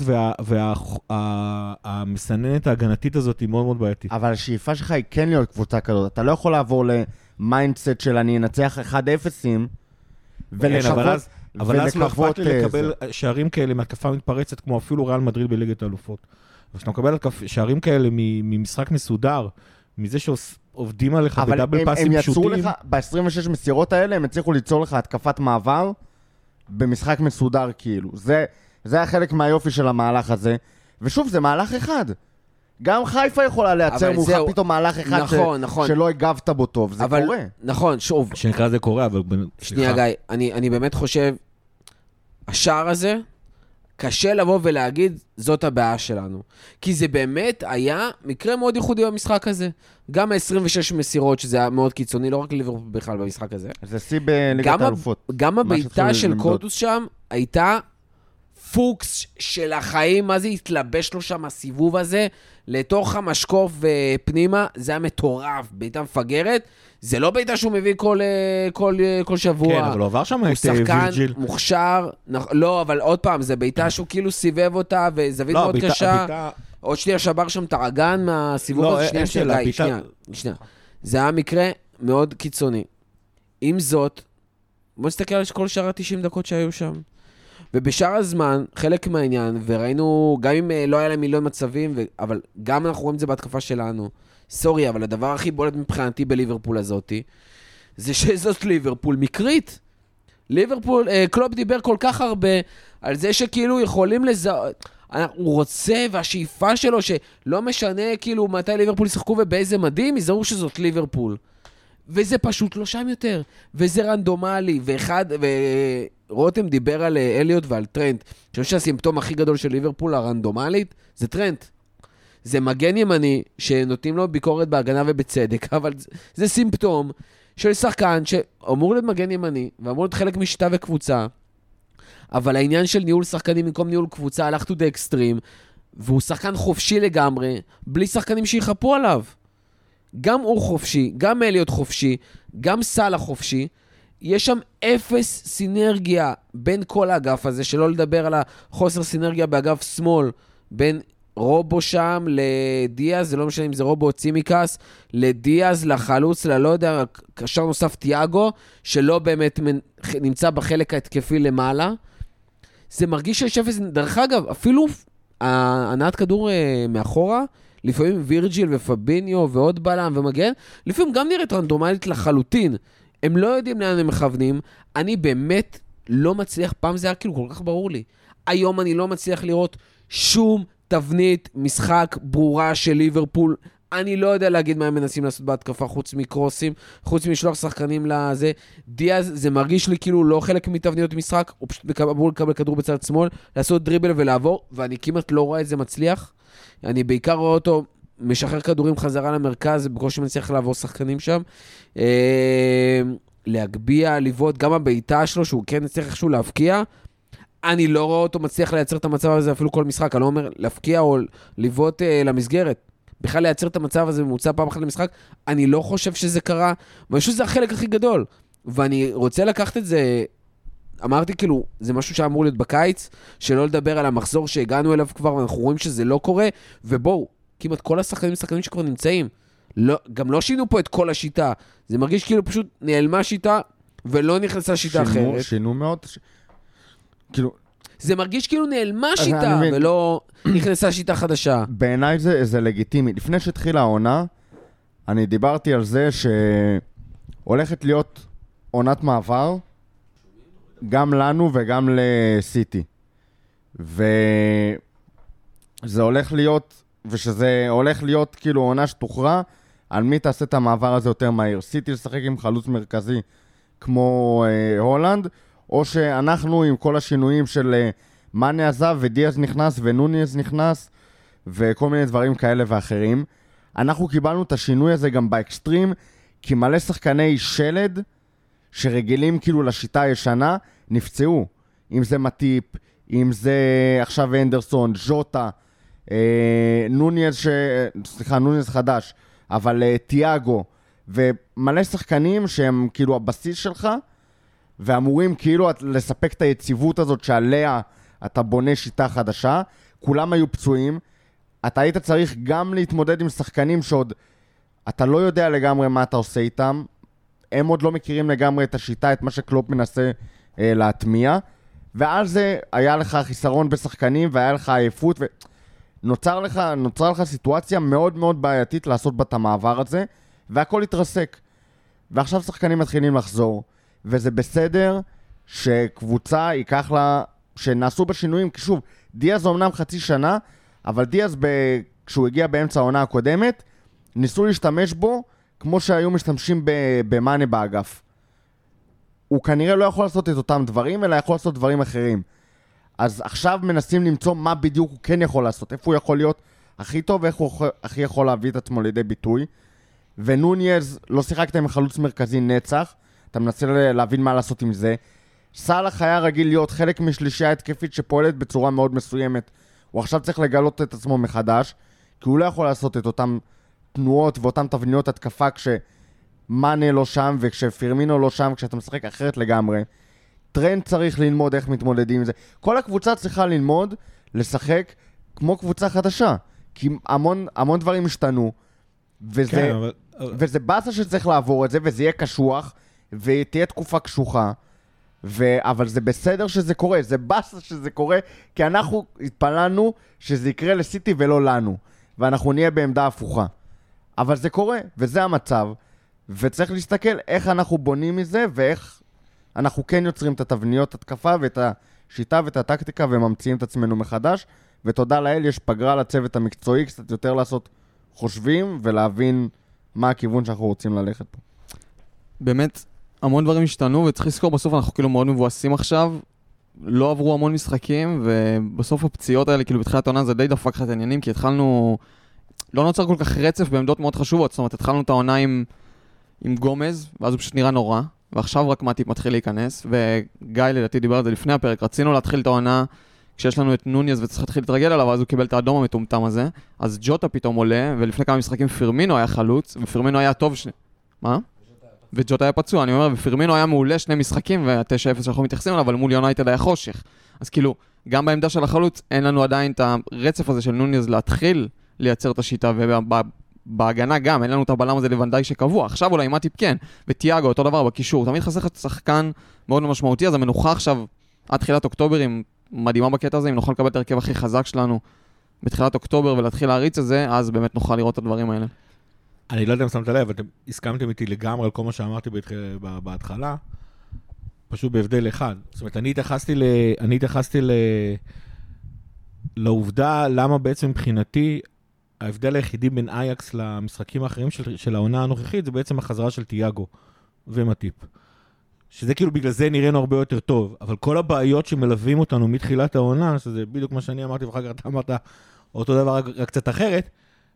והמסננת ההגנתית הזאת היא מאוד מאוד בעייתית. אבל השאיפה שלך היא כן להיות קבוצה כזאת. אתה לא יכול לעבור למיינדסט של אני אנצח אחד אפסים, ולקוות... אבל אז, אבל אז לא אכפת לי אה, לקבל זה. שערים כאלה מהתקפה מתפרצת, כמו אפילו ריאל מדריד בליגת האלופות. וכשאתה מקבל שערים כאלה ממשחק מסודר, מזה שעובדים עליך בדאבל אבל פאסים הם, הם יצרו פשוטים. לך, ב-עשרים ושש מסירות האלה, הם הצליחו ליצור לך התקפת מעבר במשחק מסודר כאילו. זה, זה החלק מהיופי של המהלך הזה. ושוב, זה מהלך אחד. גם חיפה יכולה לייצר מולך זהו, פתאום מהלך אחד נכון, ש... נכון. שלא הגבת בו טוב. זה אבל, קורה. נכון, שוב. שנקרא זה קורה, אבל... שנייה, גיא, אני, אני באמת חושב, השער הזה, קשה לבוא ולהגיד, זאת הבעיה שלנו. כי זה באמת היה מקרה מאוד ייחודי במשחק הזה. גם ה-עשרים ושש מסירות, שזה היה מאוד קיצוני, לא רק ליברפול בכלל במשחק הזה. זה שיא בליגת גם, האלופות. גם הביתה של למדוד. קודוס שם הייתה פוקס של החיים, מה זה התלבש לו שם הסיבוב הזה, לתוך המשקוף ופנימה, זה היה מטורף, ביתה מפגרת, זה לא ביתה שהוא מביא כל, כל, כל שבוע. כן, אבל הוא עבר שם הוא את שחקן וירג'יל. מוכשר, נכ- לא, אבל עוד פעם, זה ביתה שהוא כאילו סיבב אותה, וזווית לא, מאוד הביתה- קשה. הביתה- עוד שנייה שבר שם את האגן מהסיבוב לא, הזה, אין שנייה, שאלה, שנייה, גיא, הביתה- שנייה, שנייה. זה היה מקרה מאוד קיצוני. עם זאת, בוא נסתכל על כל שאר ה-תשעים דקות שהיו שם. ובשאר הזמן, חלק מהעניין, וראינו, גם אם לא היה להם מיליון מצבים, ו... אבל גם אנחנו רואים את זה בהתקפה שלנו. סורי, אבל הדבר הכי בולט מבחינתי בליברפול הזאתי, זה שזאת ליברפול מקרית. ליברפול, אה, קלופ דיבר כל כך הרבה על זה שכאילו יכולים לזהות, הוא רוצה והשאיפה שלו שלא משנה כאילו מתי ליברפול ישחקו ובאיזה מדים, יזהו שזאת ליברפול. וזה פשוט לא שם יותר. וזה רנדומלי, ואחד, ורותם דיבר על אליוט ועל טרנט. אני חושב שהסימפטום הכי גדול של ליברפול הרנדומלית זה טרנט. זה מגן ימני שנותנים לו ביקורת בהגנה ובצדק, אבל זה, זה סימפטום של שחקן שאמור להיות מגן ימני, ואמור להיות חלק משתה וקבוצה, אבל העניין של ניהול שחקנים במקום ניהול קבוצה הלך to the extreme, והוא שחקן חופשי לגמרי, בלי שחקנים שיחפו עליו. גם הוא חופשי, גם אליוט חופשי, גם סאלה חופשי. יש שם אפס סינרגיה בין כל האגף הזה, שלא לדבר על החוסר סינרגיה באגף שמאל, בין רובו שם לדיאז, זה לא משנה אם זה רובו או צימיקס, לדיאז, לחלוץ, ללא יודע, קשר נוסף תיאגו, שלא באמת נמצא בחלק ההתקפי למעלה. זה מרגיש שיש אפס, דרך אגב, אפילו הנעת כדור מאחורה, לפעמים וירג'יל ופביניו ועוד בלם ומגן, לפעמים גם נראית רנדומלית לחלוטין. הם לא יודעים לאן הם מכוונים. אני באמת לא מצליח, פעם זה היה כאילו כל כך ברור לי. היום אני לא מצליח לראות שום תבנית משחק ברורה של ליברפול. אני לא יודע להגיד מה הם מנסים לעשות בהתקפה חוץ מקרוסים, חוץ משלוח שחקנים לזה. דיאז, זה מרגיש לי כאילו לא חלק מתבניות משחק, הוא פשוט אמור לקבל כדור בצד שמאל, לעשות דריבל ולעבור, ואני כמעט לא רואה את זה מצליח. אני בעיקר רואה אותו משחרר כדורים חזרה למרכז, בקושי מצליח לעבור שחקנים שם. להגביע, לבעוט, גם הביתה שלו, שהוא כן צריך איכשהו להפקיע, אני לא רואה אותו מצליח לייצר את המצב הזה אפילו כל משחק, אני לא אומר להפקיע או לבעוט אה, למסגרת, בכלל לייצר את המצב הזה ממוצע פעם אחת למשחק, אני לא חושב שזה קרה, ואני חושב שזה החלק הכי גדול. ואני רוצה לקחת את זה, אמרתי כאילו, זה משהו שאמור להיות בקיץ, שלא לדבר על המחזור שהגענו אליו כבר, ואנחנו רואים שזה לא קורה, ובואו, כמעט כל השחקנים שחקנים שכבר נמצאים, לא, גם לא שינו פה את כל השיטה, זה מרגיש כאילו פשוט נעלמה שיטה, ולא נכנסה שיטה שינו, אחרת. שינו מאוד, ש... כאילו... זה מרגיש כאילו נעלמה שיטה, ולא נכנסה שיטה חדשה. בעיניי זה, זה לגיטימי. לפני שהתחילה העונה, אני דיברתי על זה שהולכת להיות עונת מעבר, גם לנו וגם לסיטי. וזה הולך להיות, ושזה הולך להיות כאילו עונה שתוכרע, על מי תעשה את המעבר הזה יותר מהיר. סיטי לשחק עם חלוץ מרכזי כמו אה, הולנד, או שאנחנו עם כל השינויים של אה, מאנה עזב ודיאז נכנס ונוניאז נכנס, וכל מיני דברים כאלה ואחרים. אנחנו קיבלנו את השינוי הזה גם באקסטרים, כי מלא שחקני שלד, שרגילים כאילו לשיטה הישנה, נפצעו. אם זה מטיפ, אם זה עכשיו אנדרסון, ז'וטה, אה, נוניאז, ש... סליחה, נוניאז חדש, אבל אה, תיאגו, ומלא שחקנים שהם כאילו הבסיס שלך, ואמורים כאילו לספק את היציבות הזאת שעליה אתה בונה שיטה חדשה. כולם היו פצועים. אתה היית צריך גם להתמודד עם שחקנים שעוד אתה לא יודע לגמרי מה אתה עושה איתם. הם עוד לא מכירים לגמרי את השיטה, את מה שקלופ מנסה אה, להטמיע. ועל זה היה לך חיסרון בשחקנים והיה לך עייפות, ונוצר לך, נוצרה לך סיטואציה מאוד מאוד בעייתית לעשות בה את המעבר הזה, והכל התרסק. ועכשיו שחקנים מתחילים לחזור. וזה בסדר שקבוצה ייקח לה, שנעשו בשינויים, כי שוב, דיאז אומנם חצי שנה, אבל דיאז ב... כשהוא הגיע באמצע העונה הקודמת, ניסו להשתמש בו כמו שהיו משתמשים במאנה באגף. הוא כנראה לא יכול לעשות את אותם דברים, אלא יכול לעשות דברים אחרים. אז עכשיו מנסים למצוא מה בדיוק הוא כן יכול לעשות, איפה הוא יכול להיות הכי טוב, ואיך הוא הכי יכול להביא את עצמו לידי ביטוי. ונוניאז, לא שיחקת עם חלוץ מרכזי נצח, אתה מנסה להבין מה לעשות עם זה. סלאח היה רגיל להיות חלק משלישייה התקפית שפועלת בצורה מאוד מסוימת. הוא עכשיו צריך לגלות את עצמו מחדש, כי הוא לא יכול לעשות את אותם תנועות ואותן תבניות התקפה כשמאנה לא שם וכשפירמינו לא שם, כשאתה משחק אחרת לגמרי. טרנד צריך ללמוד איך מתמודדים עם זה. כל הקבוצה צריכה ללמוד, לשחק כמו קבוצה חדשה. כי המון, המון דברים השתנו, וזה, כן, אבל... וזה באסה שצריך לעבור את זה, וזה יהיה קשוח, ותהיה תקופה קשוחה, ו... אבל זה בסדר שזה קורה, זה באסה שזה קורה, כי אנחנו התפללנו שזה יקרה לסיטי ולא לנו, ואנחנו נהיה בעמדה הפוכה. אבל זה קורה, וזה המצב, וצריך להסתכל איך אנחנו בונים מזה, ואיך אנחנו כן יוצרים את התבניות התקפה, ואת השיטה ואת הטקטיקה, וממציאים את עצמנו מחדש, ותודה לאל, יש פגרה לצוות המקצועי, קצת יותר לעשות חושבים, ולהבין מה הכיוון שאנחנו רוצים ללכת פה. באמת, המון דברים השתנו, וצריך לזכור, בסוף אנחנו כאילו מאוד מבואסים עכשיו, לא עברו המון משחקים, ובסוף הפציעות האלה, כאילו בתחילת העונה זה די דפק לך את העניינים, כי התחלנו, לא נוצר כל כך רצף בעמדות מאוד חשובות, זאת אומרת, התחלנו את העונה עם, עם גומז, ואז הוא פשוט נראה נורא, ועכשיו רק מטיפ מתחיל להיכנס, וגיא לדעתי דיבר על זה לפני הפרק, רצינו להתחיל את העונה, כשיש לנו את נוניאז וצריך להתחיל להתרגל עליו, אז הוא קיבל את האדום המטומטם הזה, אז ג'וטה פתאום עולה, ולפני כמה משחקים פירמינו היה חלוץ, ופירמינו היה טוב ש... מה? וג'וטה היה פצוע, אני אומר, ופירמינו היה מעולה שני משחקים, ו-תשע אפס שאנחנו מתייחסים עליו, אבל מול יונייטד היה חושך. אז כאילו, גם בעמדה של החלוץ, אין לנו עדיין את הרצף הזה של נוניאז להתחיל לייצר את השיטה, ובהגנה גם, אין לנו את הבלם הזה לבנדאי שקבוע. עכשיו אולי מטיפ כן, וטיאגו, אותו דבר בקישור. תמיד חסר את שחקן מאוד משמעותי, אז המנוחה עכשיו, עד תחילת אוקטובר, עם מדהימה בקטע הזה, אם נוכל לקבל את הרכב הכי חזק שלנו בתחילת אוקטובר ולהתחיל להריץ את זה, אז באמת נוכל לראות את הדברים האלה. אני לא יודע אם שמת לב, אתם הסכמתם איתי לגמרי על כל מה שאמרתי בהתחלה, פשוט בהבדל אחד. זאת אומרת, אני התייחסתי ל... אני התייחסתי ל... לעובדה למה בעצם מבחינתי, ההבדל היחידי בין אייקס למשחקים האחרים של, של העונה הנוכחית, זה בעצם החזרה של תיאגו ומטיפ. שזה כאילו בגלל זה נראינו הרבה יותר טוב, אבל כל הבעיות שמלווים אותנו מתחילת העונה, שזה בדיוק מה שאני אמרתי, ואחר כך אתה אמרת אותו דבר רק קצת אחרת,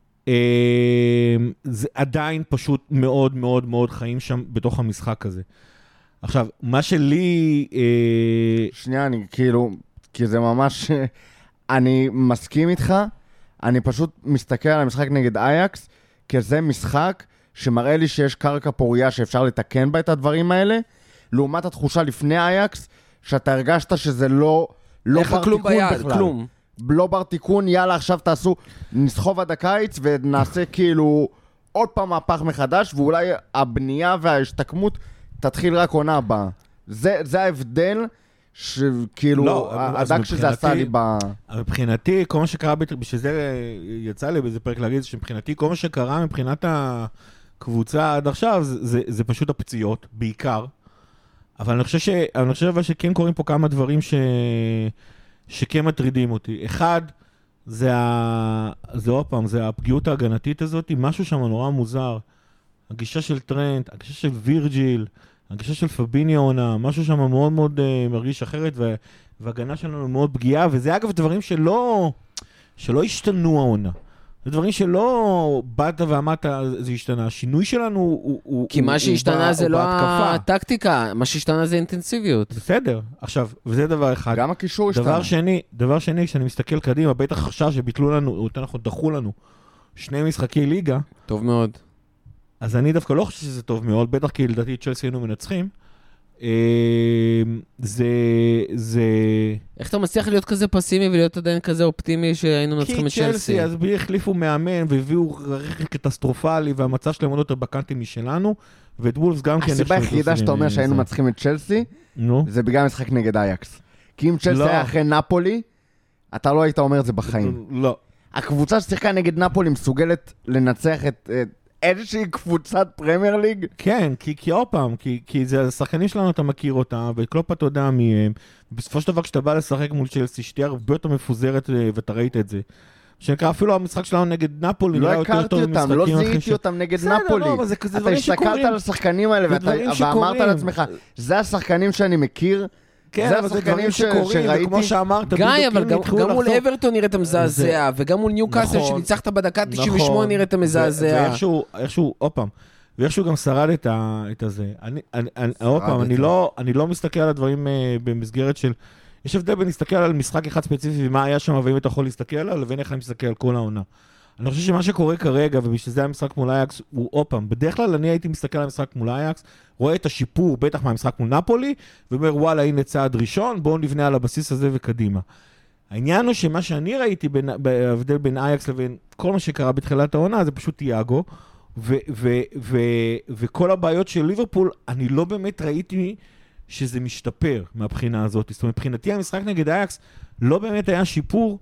זה עדיין פשוט מאוד מאוד מאוד חיים שם בתוך המשחק הזה. עכשיו, מה שלי... שנייה, אני כאילו, כי זה ממש... אני מסכים איתך, אני פשוט מסתכל על המשחק נגד אייקס, כי זה משחק שמראה לי שיש קרקע פוריה שאפשר לתקן בה את הדברים האלה, לעומת התחושה לפני אייקס, שאתה הרגשת שזה לא, לא בר כלום תיקון ביד, בכלל. כלום. לא בר תיקון, יאללה, עכשיו תעשו, נסחוב עד הקיץ ונעשה כאילו עוד פעם מהפך מחדש, ואולי הבנייה וההשתקמות תתחיל רק עונה הבאה. זה, זה ההבדל שכאילו, לא, הדק שזה עשה לי ב... מבחינתי, כל מה שקרה, בשביל זה יצא לי באיזה פרק להגיד, שמבחינתי, כל מה שקרה מבחינת הקבוצה עד עכשיו, זה, זה, זה פשוט הפציעות, בעיקר. אבל אני חושב ש... אני חושב שכן קוראים פה כמה דברים ש... שכן מטרידים אותי. אחד, זה ה... זה עוד פעם, זה הפגיעות ההגנתית הזאת, משהו שם נורא מוזר. הגישה של טרנט, הגישה של וירג'יל, הגישה של פביני העונה, משהו שם מאוד מאוד uh, מרגיש אחרת, ו... והגנה שלנו מאוד פגיעה, וזה אגב דברים שלא, שלא השתנו העונה. זה דברים שלא באת ואמרת, זה השתנה. השינוי שלנו הוא... הוא כי הוא, מה שהשתנה זה לא בהתקפה. הטקטיקה, מה שהשתנה זה אינטנסיביות. בסדר. עכשיו, וזה דבר אחד. גם הקישור השתנה. דבר שני, דבר שני, כשאני מסתכל קדימה, בטח עכשיו שביטלו לנו, או יותר נכון, דחו לנו, שני משחקי ליגה, טוב מאוד. אז אני דווקא לא חושב שזה טוב מאוד, בטח כי לדעתי צ'לסי היינו מנצחים. זה, זה... איך אתה מצליח להיות כזה פסימי ולהיות עדיין כזה אופטימי שהיינו מנצחים את כי צ'לסי? צ'לסי, אז בי החליפו מאמן והביאו רכב קטסטרופלי, והמצב שלהם עוד יותר בקנטי משלנו, ואת וולפס גם כן... הסיבה היחידה שאתה אומר שהיינו מנצחים את צ'לסי, זה בגלל משחק נגד אייקס. כי אם צ'לסי היה אחרי נפולי, אתה לא היית אומר את זה בחיים. לא. הקבוצה ששיחקה נגד נפולי מסוגלת לנצח את איזושהי קבוצת פרמייר ליג? כן, כי, כי עוד פעם, כי, כי זה השחקנים שלנו, אתה מכיר אותם, וקלופ אתה יודע מי הם, בסופו של דבר כשאתה בא לשחק מול צ'לסי, שתהיה הרבה יותר מפוזרת, ואתה ראית את זה. שנקרא, אפילו המשחק שלנו נגד נפולי, לא הכרתי אותם, לא זיהיתי אותם נגד נפולי. לא, זה, זה אתה הסתכלת על השחקנים האלה, ואמרת על עצמך, זה השחקנים שאני מכיר, כן, זה אבל זה השחקנים דברים שקורים, וכמו שאמרת, גיא, אבל גם, גם מול אברטון נראית מזעזע, וגם מול ניוקאסל נכון, שניצחת בדקה תשעים ושמונה נראית מזעזע. ואיכשהו, איכשהו, עוד פעם, ואיכשהו גם שרד את, ה, את הזה. אני, אני, אני, עוד פעם, אני לא, אני לא מסתכל על הדברים uh, במסגרת של... יש הבדל בין להסתכל על משחק אחד ספציפי ומה היה שם, ואם אתה יכול להסתכל עליו, לבין איך אני מסתכל על כל העונה. אני חושב שמה שקורה כרגע, ובשביל זה המשחק מול אייקס, הוא עוד פעם, בדרך כלל אני הייתי מסתכל על המשחק מול אייקס, רואה את השיפור, בטח מהמשחק מול נפולי, ואומר, וואלה, הנה צעד ראשון, בואו נבנה על הבסיס הזה וקדימה. העניין הוא שמה שאני ראיתי בהבדל בין אייקס לבין כל מה שקרה בתחילת העונה, זה פשוט תיאגו, ו- ו- ו- וכל הבעיות של ליברפול, אני לא באמת ראיתי שזה משתפר מהבחינה הזאת. זאת אומרת, מבחינתי המשחק נגד אייקס לא באמת היה שיפור,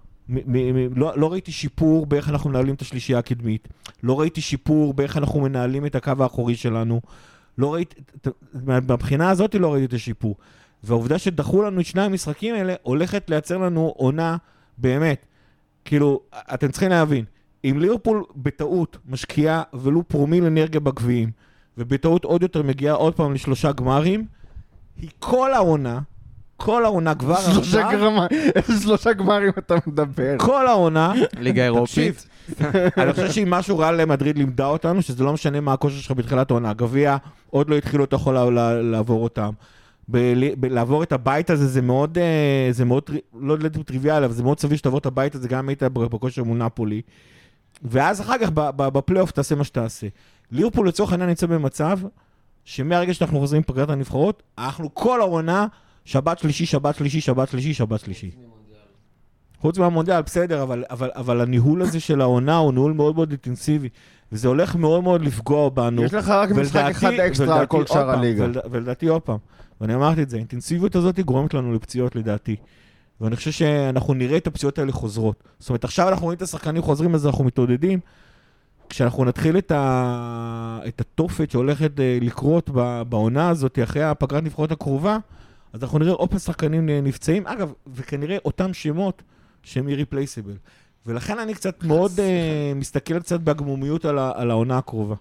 מ- מ- לא, לא ראיתי שיפור באיך אנחנו מנהלים את השלישייה הקדמית, לא ראיתי שיפור באיך אנחנו מנהלים את הקו האחורי שלנו, לא ראיתי, מהבחינה הזאת לא ראיתי את השיפור. והעובדה שדחו לנו את שני המשחקים האלה, הולכת לייצר לנו עונה באמת. כאילו, אתם צריכים להבין, אם ליברפול בטעות משקיעה ולו פרומיל אנרגיה בגביעים, ובטעות עוד יותר מגיעה עוד פעם לשלושה גמרים, היא כל העונה, כל העונה כבר שלושה גמרים, איזה שלושה גמרים אתה מדבר? כל העונה, ליגה אירופית. אני חושב שאם משהו ריאל למדריד לימדה אותנו, שזה לא משנה מה הכושר שלך בתחילת העונה, הגביע עוד לא התחילו, אתה יכול לעבור אותם. לעבור את הבית הזה זה מאוד, זה מאוד, לא טריוויאלי, אבל זה מאוד סביר שתעבור את הבית הזה, גם היית בכושר מול נפולי. ואז אחר כך בפלייאוף תעשה מה שתעשה. ליברפול לצורך העניין נמצא במצב, שמהרגע שאנחנו חוזרים פגרת הנבחרות, אנחנו כל העונה, שבת שלישי, שבת שלישי, שבת שלישי, שבת שלישי. חוץ מהמונדיאל, בסדר, אבל, אבל, אבל הניהול הזה של העונה הוא ניהול מאוד מאוד אינטנסיבי, וזה הולך מאוד מאוד לפגוע בנו. יש לך רק משחק אחד אקסטרה על כל שאר הליגה. ולדעתי עוד פעם, ואני אמרתי את זה, האינטנסיביות הזאת גורמת לנו לפציעות לדעתי. ואני חושב שאנחנו נראה את הפציעות האלה חוזרות. זאת אומרת, עכשיו אנחנו רואים את השחקנים חוזרים, אז אנחנו מתעודדים. כשאנחנו נתחיל את, ה... את התופת שהולכת לקרות בעונה הזאת, אחרי הפגרת נבחרות הקרובה, אז אנחנו נראה עוד פעם שחקנים נפצעים. אגב, וכנראה אותם שמות שהם irreplaceable. ולכן אני קצת מאוד uh, מסתכל קצת בהגמומיות על, ה... על העונה הקרובה.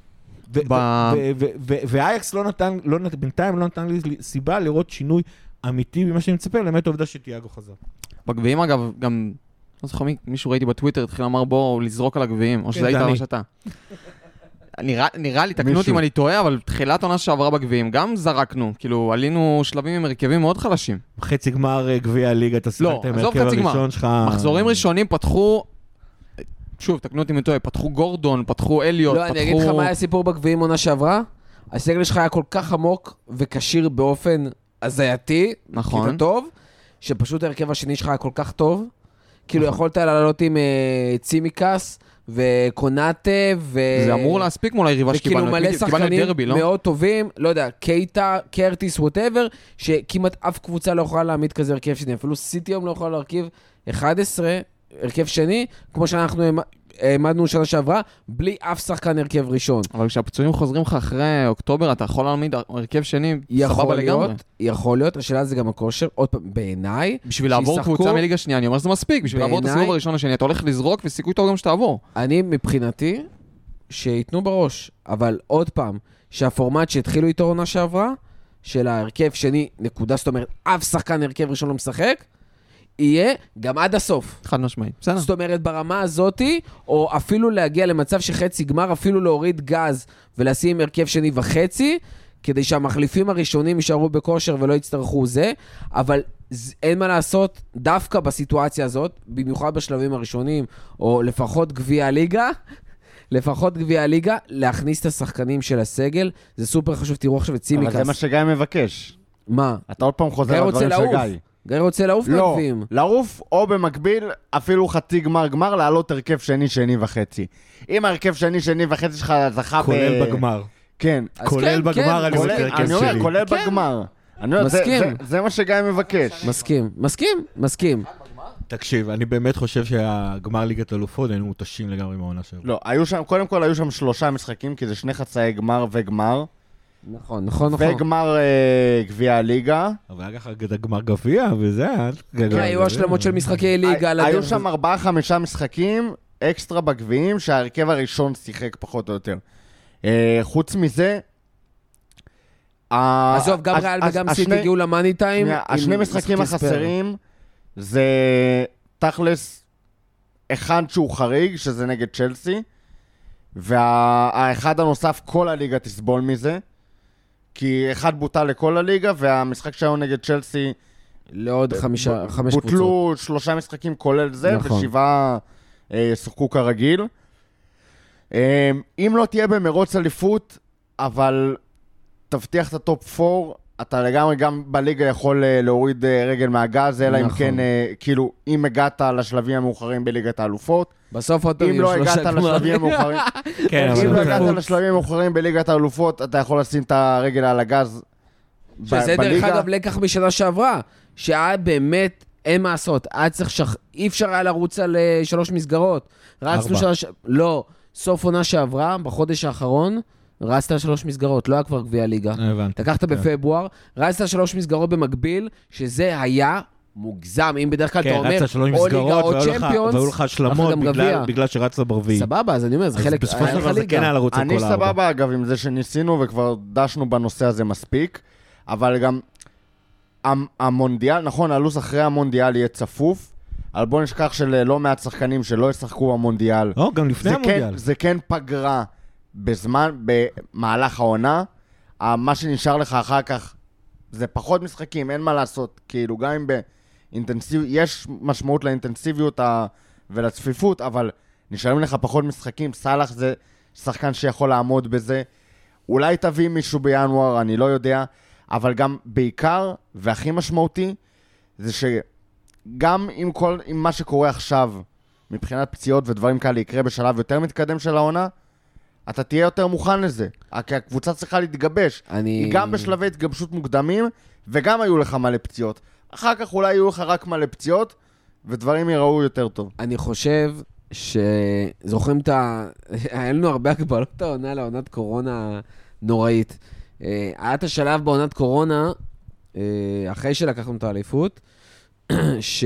ואייקס לא נתן, לא נתן, בינתיים לא נתן לי סיבה לראות שינוי אמיתי במה שאני מצפה, באמת העובדה שתיאגו חזר. בגביעים אגב, גם, לא זוכר מישהו ראיתי בטוויטר, התחיל לומר בוא לזרוק על הגביעים, או שזה היית או שאתה. נראה לי, תקנו אותי אם אני טועה, אבל תחילת עונה שעברה בגביעים, גם זרקנו, כאילו עלינו שלבים עם הרכבים מאוד חלשים. חצי גמר גביע הליגה, אתה שיחקת עם הרכב הראשון שלך. מחזורים ראשונים פתחו שוב, תקנו אותי מטועה, פתחו גורדון, פתחו אליוט, לא, פתחו... אני אגיד לך מה היה סיפור בגביעים עונה שעברה. הסגל שלך היה כל כך עמוק וקשיר באופן הזייתי, נכון. כיתה טוב, שפשוט הרכב השני שלך היה כל כך טוב, כאילו יכולת לעלות עם uh, צימיקס וקונאטה, ו... זה אמור להספיק מול היריבה שקיבלנו. וכאילו מלא שחקנים דרבי, לא? מאוד טובים, לא יודע, קייטה, קרטיס, ווטאבר, שכמעט אף קבוצה לא יכולה להעמיד כזה הרכב שני, אפילו סיטי היום לא יכולה להרכיב אחד עשר, הרכב שני, כמו שאנחנו העמדנו שנה שעברה, בלי אף שחקן הרכב ראשון. אבל כשהפצועים חוזרים לך אחרי אוקטובר, אתה יכול להעמיד הרכב שני סבבה לגמרי. יכול להיות, השאלה זה גם הכושר, עוד פעם, בעיניי, בשביל לעבור קבוצה מליגה שנייה, אני אומר שזה מספיק, בשביל לעבור את הסיבוב הראשון השני, אתה הולך לזרוק וסיכוי טוב גם שתעבור. אני מבחינתי, שיתנו בראש, אבל עוד פעם, שהפורמט שהתחילו איתו עונה שעברה, של ההרכב שני, נקודה, זאת אומרת, אף שחקן הרכב ראשון לא משחק, יהיה גם עד הסוף. חד משמעי. בסדר. זאת אומרת, ברמה הזאת, או אפילו להגיע למצב שחצי גמר, אפילו להוריד גז ולשים הרכב שני וחצי, כדי שהמחליפים הראשונים יישארו בכושר ולא יצטרכו זה, אבל אין מה לעשות דווקא בסיטואציה הזאת, במיוחד בשלבים הראשונים, או לפחות גביע הליגה, לפחות גביע הליגה, להכניס את השחקנים של הסגל, זה סופר חשוב, תראו עכשיו את צימיקס. אבל זה מה שגיא מבקש. מה? אתה עוד פעם חוזר על הדברים של גיא. גיא רוצה לעוף מהגביעים. לא, לעוף או במקביל, אפילו חצי גמר גמר, לעלות הרכב שני, שני וחצי. אם הרכב שני, שני וחצי שלך זכה ב... כולל בגמר. כן. כולל בגמר, אני רוצה הרכב שלי. אני אומר, כולל בגמר. מסכים. זה מה שגיא מבקש. מסכים, מסכים, מסכים. תקשיב, אני באמת חושב שהגמר ליגת אלופות היינו מותשים לגמרי מהעונה שלו. לא, היו שם, קודם כל היו שם שלושה משחקים, כי זה שני חצאי גמר וגמר. נכון, נכון, נכון. וגמר גביע הליגה. אבל היה ככה גמר גביע, וזה... כן, היו השלמות של משחקי ליגה. היו שם ארבעה, חמישה משחקים אקסטרה בגביעים, שההרכב הראשון שיחק פחות או יותר. חוץ מזה... עזוב, גם ריאל וגם סיטי הגיעו למאני טיים. השני משחקים החסרים זה תכלס אחד שהוא חריג, שזה נגד צ'לסי, והאחד הנוסף, כל הליגה תסבול מזה, כי אחד בוטל לכל הליגה, והמשחק שהיום נגד צ'לסי... לעוד חמישה, חמש קבוצות. בוטלו שלושה משחקים כולל זה, נכון. ושבעה אה, שחקו כרגיל. אה, אם לא תהיה במרוץ אליפות, אבל תבטיח את הטופ ארבע, אתה לגמרי גם בליגה יכול אה, להוריד אה, רגל מהגז, אלא נכון. אם כן, אה, כאילו, אם הגעת לשלבים המאוחרים בליגת האלופות, בסוף עוד אם לא הגעת לשלבים המאוחרים, אם לא הגעת לשלבים המאוחרים בליגת האלופות, אתה יכול לשים את הרגל על הגז בליגה. שזה דרך אגב לקח משנה שעברה, שהיה באמת, אין מה לעשות, אי אפשר היה לרוץ על שלוש מסגרות. רצנו שלוש, לא, סוף עונה שעברה, בחודש האחרון, רצת על שלוש מסגרות, לא היה כבר גביע ליגה. לקחת בפברואר, רצת על שלוש מסגרות במקביל, שזה היה... מוגזם, אם בדרך כלל אתה אומר, או ליגה או צ'מפיונס, והיו לך השלמות בגלל שרצת ברביעי. סבבה, אז אני אומר, זה חלק, בסופו של דבר זה כן היה לרוץ על כל אני הארבע. סבבה, אגב, עם זה שניסינו, וכבר דשנו בנושא הזה מספיק, אבל גם המונדיאל, נכון, הלו"ז אחרי המונדיאל יהיה צפוף, אבל בוא נשכח של לא מעט שחקנים שלא ישחקו במונדיאל. לא, גם לפני המונדיאל. זה כן פגרה בזמן, במהלך העונה, מה שנשאר לך אחר כך, זה פחות משחקים, אין מה לעשות, כאילו גם אם באינטנסיביות, יש משמעות לאינטנסיביות ולצפיפות, אבל נשארים לך פחות משחקים, סלח זה שחקן שיכול לעמוד בזה, אולי תביא מישהו בינואר, אני לא יודע, אבל גם בעיקר, והכי משמעותי, זה שגם עם, כל, עם מה שקורה עכשיו, מבחינת פציעות ודברים כאלה, יקרה בשלב יותר מתקדם של העונה, אתה תהיה יותר מוכן לזה, כי הקבוצה צריכה להתגבש. אני... היא גם בשלבי התגבשות מוקדמים, וגם היו לך מלא פציעות. אחר כך אולי יהיו לך רק מלא פציעות, ודברים ייראו יותר טוב. אני חושב שזוכרים את ה... היה לנו הרבה הגבלות העונה לעונת קורונה נוראית. היה את השלב בעונת קורונה, אחרי שלקחנו את האליפות, ש...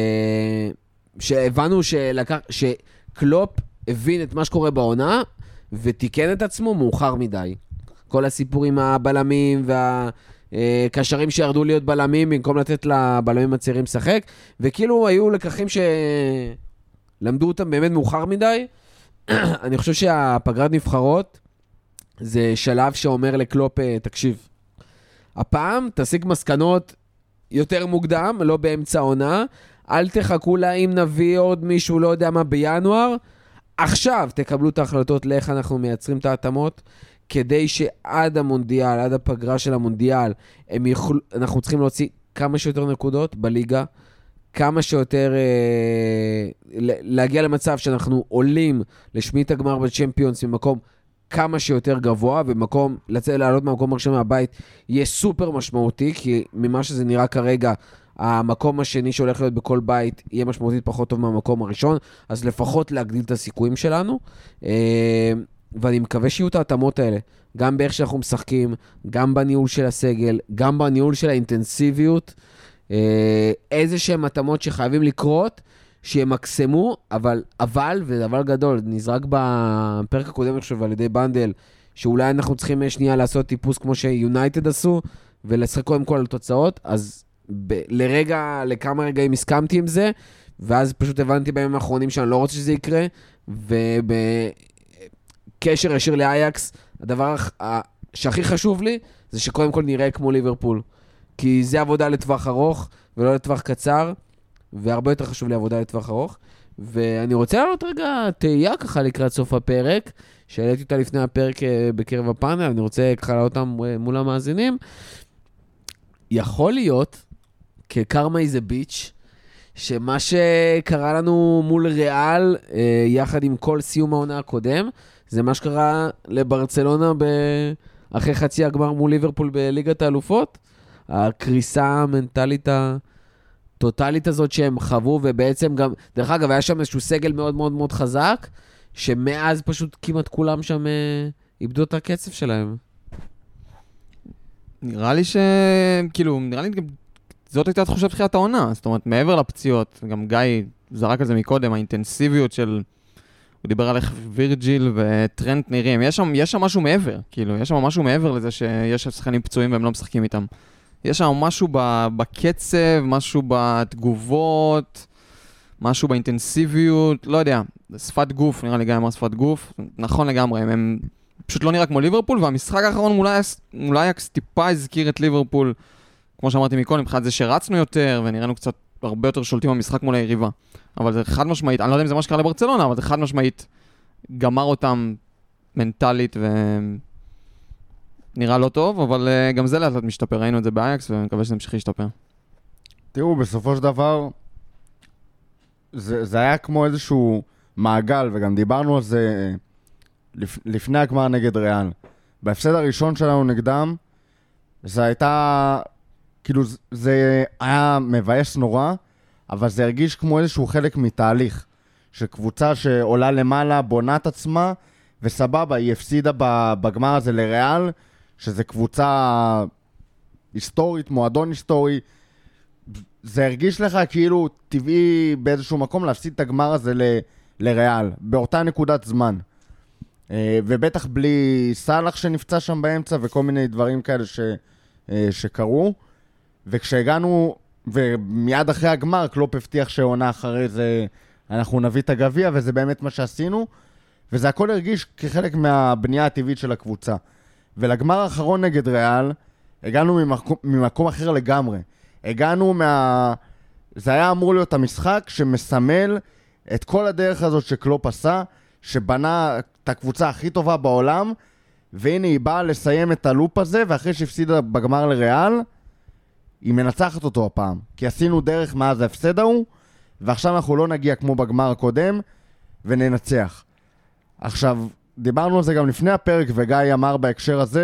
שהבנו שלקח... שקלופ הבין את מה שקורה בעונה, ותיקן את עצמו מאוחר מדי. כל הסיפור עם הבלמים והקשרים שירדו להיות בלמים, במקום לתת לבלמים הצעירים לשחק, וכאילו היו לקחים שלמדו אותם באמת מאוחר מדי. אני חושב שהפגרת נבחרות זה שלב שאומר לקלופ, תקשיב, הפעם תשיג מסקנות יותר מוקדם, לא באמצע העונה, אל תחכו לה אם נביא עוד מישהו, לא יודע מה, בינואר, עכשיו תקבלו את ההחלטות לאיך אנחנו מייצרים את ההתאמות, כדי שעד המונדיאל, עד הפגרה של המונדיאל, הם יוכל, אנחנו צריכים להוציא כמה שיותר נקודות בליגה, כמה שיותר אה, להגיע למצב שאנחנו עולים לשמית הגמר בצ'מפיונס במקום כמה שיותר גבוה, ומקום, לצאת לעלות מהמקום הראשון מהבית, יהיה סופר משמעותי, כי ממה שזה נראה כרגע, המקום השני שהולך להיות בכל בית, יהיה משמעותית פחות טוב מהמקום הראשון, אז לפחות להגדיל את הסיכויים שלנו, אה, ואני מקווה שיהיו את ההתאמות האלה, גם באיך שאנחנו משחקים, גם בניהול של הסגל, גם בניהול של האינטנסיביות, איזה שהם התאמות שחייבים לקרות, שימקסמו, אבל, אבל, ודבר גדול, נזרק בפרק הקודם, אני חושב, על ידי בנדל, שאולי אנחנו צריכים שנייה לעשות טיפוס כמו שיונייטד עשו, ולשחק קודם כל על תוצאות, אז ב- לרגע, לכמה רגעים הסכמתי עם זה, ואז פשוט הבנתי בימים האחרונים שאני לא רוצה שזה יקרה, ובקשר ישיר לאייקס, הדבר שהכי חשוב לי, זה שקודם כל נראה כמו ליברפול. כי זה עבודה לטווח ארוך, ולא לטווח קצר, והרבה יותר חשוב לי עבודה לטווח ארוך. ואני רוצה לעלות רגע תהייה ככה לקראת סוף הפרק, שהעליתי אותה לפני הפרק בקרב הפאנל, אני רוצה ככה לעלות אותם מול המאזינים. יכול להיות, כקרמה איזה ביץ', שמה שקרה לנו מול ריאל, יחד עם כל סיום העונה הקודם, זה מה שקרה לברצלונה אחרי חצי הגמר מול ליברפול בליגת האלופות, הקריסה המנטלית הטוטלית הזאת שהם חוו, ובעצם גם, דרך אגב, היה שם איזשהו סגל מאוד מאוד מאוד חזק, שמאז פשוט כמעט כולם שם אה, איבדו את הקצב שלהם. נראה לי ש... כאילו, נראה לי גם... זאת הייתה תחושת תחילת העונה, זאת אומרת, מעבר לפציעות, גם גיא זרק על זה מקודם, האינטנסיביות של... הוא דיבר על איך וירג'יל וטרנט נראים, יש שם, יש שם משהו מעבר, כאילו, יש שם משהו מעבר לזה שיש שחקנים פצועים והם לא משחקים איתם. יש שם משהו בקצב, משהו בתגובות, משהו באינטנסיביות, לא יודע, שפת גוף, נראה לי גיא אמר שפת גוף, נכון לגמרי, הם, הם פשוט לא נראה כמו ליברפול, והמשחק האחרון אולי, אולי טיפה הזכיר את ליברפול, כמו שאמרתי מקודם, מבחינת זה שרצנו יותר, ונראינו קצת הרבה יותר שולטים במשחק מול היריבה. אבל זה חד משמעית, אני לא יודע אם זה מה שקרה לברצלונה, אבל זה חד משמעית גמר אותם מנטלית ונראה לא טוב, אבל uh, גם זה לאט לאט משתפר, ראינו את זה באייקס ומקווה שזה ממשיך להשתפר. תראו, בסופו של דבר, זה, זה היה כמו איזשהו מעגל, וגם דיברנו על זה לפ, לפני הגמר נגד ריאל. בהפסד הראשון שלנו נגדם, זה הייתה, כאילו זה היה מבאס נורא, אבל זה הרגיש כמו איזשהו חלק מתהליך, שקבוצה שעולה למעלה, בונה את עצמה, וסבבה, היא הפסידה בגמר הזה לריאל, שזה קבוצה היסטורית, מועדון היסטורי, זה הרגיש לך כאילו טבעי באיזשהו מקום להפסיד את הגמר הזה ל- לריאל, באותה נקודת זמן. ובטח בלי סלח שנפצע שם באמצע, וכל מיני דברים כאלה ש- שקרו, וכשהגענו... ומיד אחרי הגמר, קלופ הבטיח שעונה אחרי זה, אנחנו נביא את הגביע, וזה באמת מה שעשינו, וזה הכל הרגיש כחלק מהבנייה הטבעית של הקבוצה. ולגמר האחרון נגד ריאל, הגענו ממקום, ממקום אחר לגמרי. הגענו מה... זה היה אמור להיות המשחק שמסמל את כל הדרך הזאת שקלופ עשה, שבנה את הקבוצה הכי טובה בעולם, והנה היא באה לסיים את הלופ הזה, ואחרי שהפסידה בגמר לריאל, היא מנצחת אותו הפעם, כי עשינו דרך מאז ההפסד ההוא, ועכשיו אנחנו לא נגיע כמו בגמר הקודם, וננצח. עכשיו, דיברנו על זה גם לפני הפרק, וגיא אמר בהקשר הזה,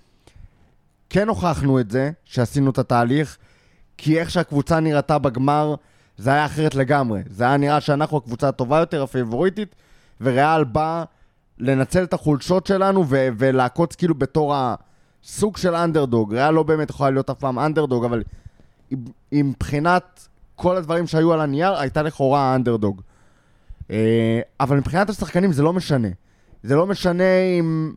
שכן הוכחנו את זה, שעשינו את התהליך, כי איך שהקבוצה נראתה בגמר, זה היה אחרת לגמרי. זה היה נראה שאנחנו הקבוצה הטובה יותר, הפייבוריטית, וריאל בא לנצל את החולשות שלנו, ו- ולעקוץ כאילו בתור ה... סוג של אנדרדוג, ריאל לא באמת יכולה להיות אף פעם אנדרדוג, אבל עם מבחינת כל הדברים שהיו על הנייר, הייתה לכאורה אנדרדוג. אבל מבחינת השחקנים זה לא משנה. זה לא משנה אם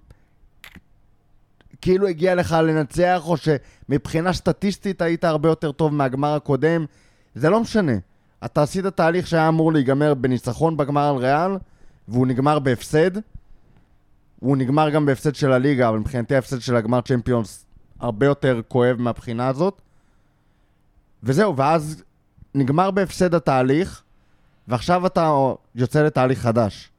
כאילו הגיע לך לנצח, או שמבחינה סטטיסטית היית הרבה יותר טוב מהגמר הקודם. זה לא משנה. אתה עשית תהליך שהיה אמור להיגמר בניצחון בגמר על ריאל, והוא נגמר בהפסד. הוא נגמר גם בהפסד של הליגה, אבל מבחינתי ההפסד של הגמר צ'מפיונס הרבה יותר כואב מהבחינה הזאת. וזהו, ואז נגמר בהפסד התהליך, ועכשיו אתה יוצא לתהליך חדש.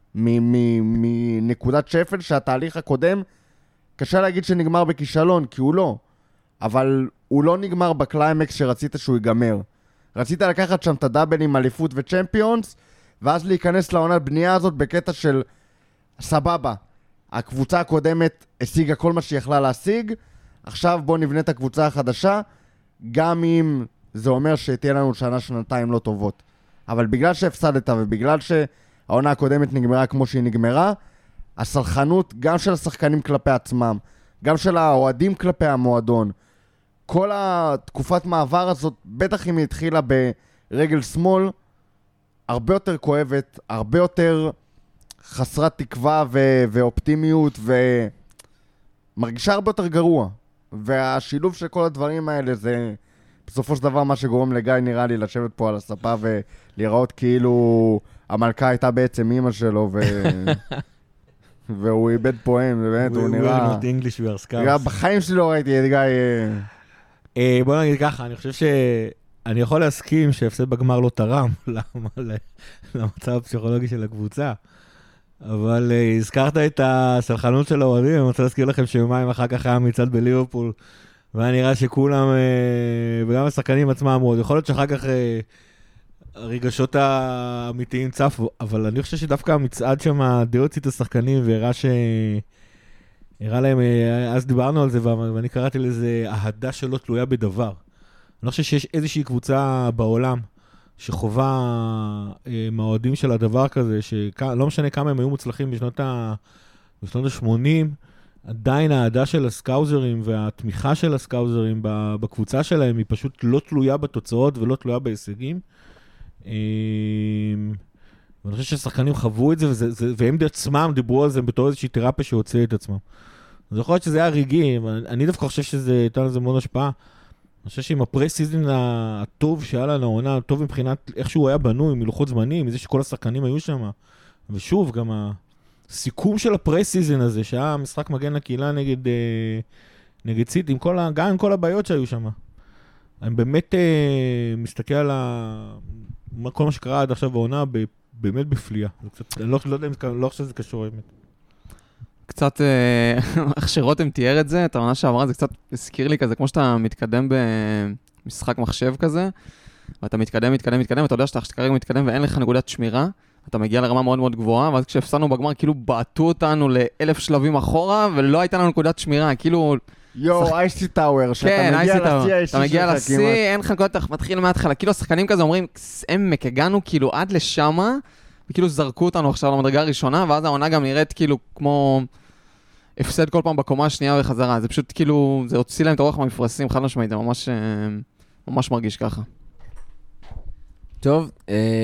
מנקודת שפל שהתהליך הקודם, קשה להגיד שנגמר בכישלון, כי הוא לא. אבל הוא לא נגמר בקליימקס שרצית שהוא ייגמר. רצית לקחת שם את הדאבל עם אליפות וצ'מפיונס, ואז להיכנס לעונת בנייה הזאת בקטע של סבבה. הקבוצה הקודמת השיגה כל מה שהיא יכלה להשיג, עכשיו בוא נבנה את הקבוצה החדשה, גם אם זה אומר שתהיה לנו שנה שנתיים לא טובות. אבל בגלל שהפסדת ובגלל שהעונה הקודמת נגמרה כמו שהיא נגמרה, הסלחנות גם של השחקנים כלפי עצמם, גם של האוהדים כלפי המועדון, כל התקופת מעבר הזאת, בטח אם היא התחילה ברגל שמאל, הרבה יותר כואבת, הרבה יותר חסרת תקווה ו- ואופטימיות, ומרגישה הרבה יותר גרוע. והשילוב של כל הדברים האלה זה בסופו של דבר מה שגורם לגיא נראה לי לשבת פה על הספה ולראות כאילו המלכה הייתה בעצם אמא שלו ו... והוא איבד פועם, באמת, הוא נראה... We are not English, we are scars. בחיים שלי לא ראיתי את גיא... בוא נגיד ככה, אני חושב שאני יכול להסכים שהפסד בגמר לא תרם למצב הפסיכולוגי של הקבוצה, אבל הזכרת את הסלחנות של האוהדים, אני רוצה להזכיר לכם שיומיים אחר כך היה מצעד בליברפול, והיה נראה שכולם, וגם השחקנים עצמם מאוד, יכול להיות שאחר כך הרגשות האמיתיים צפו, אבל אני חושב שדווקא המצעד שם די הוציא את השחקנים והראה ש... הראה להם, אז דיברנו על זה, ואני קראתי לזה אהדה שלא תלויה בדבר. אני לא חושב שיש איזושהי קבוצה בעולם שחובה מהאוהדים של הדבר כזה, שלא משנה כמה הם היו מוצלחים בשנות ה-שמונים, עדיין האהדה של הסקאוזרים והתמיכה של הסקאוזרים בקבוצה שלהם היא פשוט לא תלויה בתוצאות ולא תלויה בהישגים. ואני חושב שהשחקנים חוו את זה, והם עצמם דיברו על זה בתור איזושהי תרפיה שהוציאה את עצמם. אז יכול להיות שזה היה רגעי, אני דווקא חושב שזה הייתה לזה מאוד השפעה. אני חושב שעם הפרי-סיזן הטוב שהיה לנו, העונה הטוב מבחינת איך שהוא היה בנוי, מלוחות זמנים, מזה שכל השחקנים היו שם. ושוב, גם הסיכום של הפרי-סיזן הזה, שהיה משחק מגן לקהילה נגד, נגד סיטי, עם כל, גם עם כל הבעיות שהיו שם. אני באמת מסתכל על ה... כל מה שקרה עד עכשיו בעונה, באמת בפליאה. אני לא יודע, לא חושב שזה קשור באמת. קצת, איך שרותם תיאר את זה, את העונה שעברה, זה קצת הזכיר לי כזה, כמו שאתה מתקדם במשחק מחשב כזה, ואתה מתקדם, מתקדם, מתקדם, ואתה יודע שאתה כרגע מתקדם ואין לך נקודת שמירה, אתה מגיע לרמה מאוד מאוד גבוהה, ואז כשהפסדנו בגמר, כאילו בעטו אותנו לאלף שלבים אחורה, ולא הייתה לנו נקודת שמירה, כאילו... יו, אייסי טאוור, שאתה מגיע לשיא, אתה מגיע לשיא, אין לך נקודת, מתחיל מההתחלה, כאילו השחקנים כזה אומרים, עמק, הגענו כאילו עד לשמה, וכאילו זרקו אותנו עכשיו למדרגה הראשונה, ואז העונה גם נראית כאילו כמו הפסד כל פעם בקומה השנייה וחזרה. זה פשוט כאילו, זה הוציא להם את הרוח מהמפרשים, חד משמעית, זה ממש, ממש מרגיש ככה. טוב,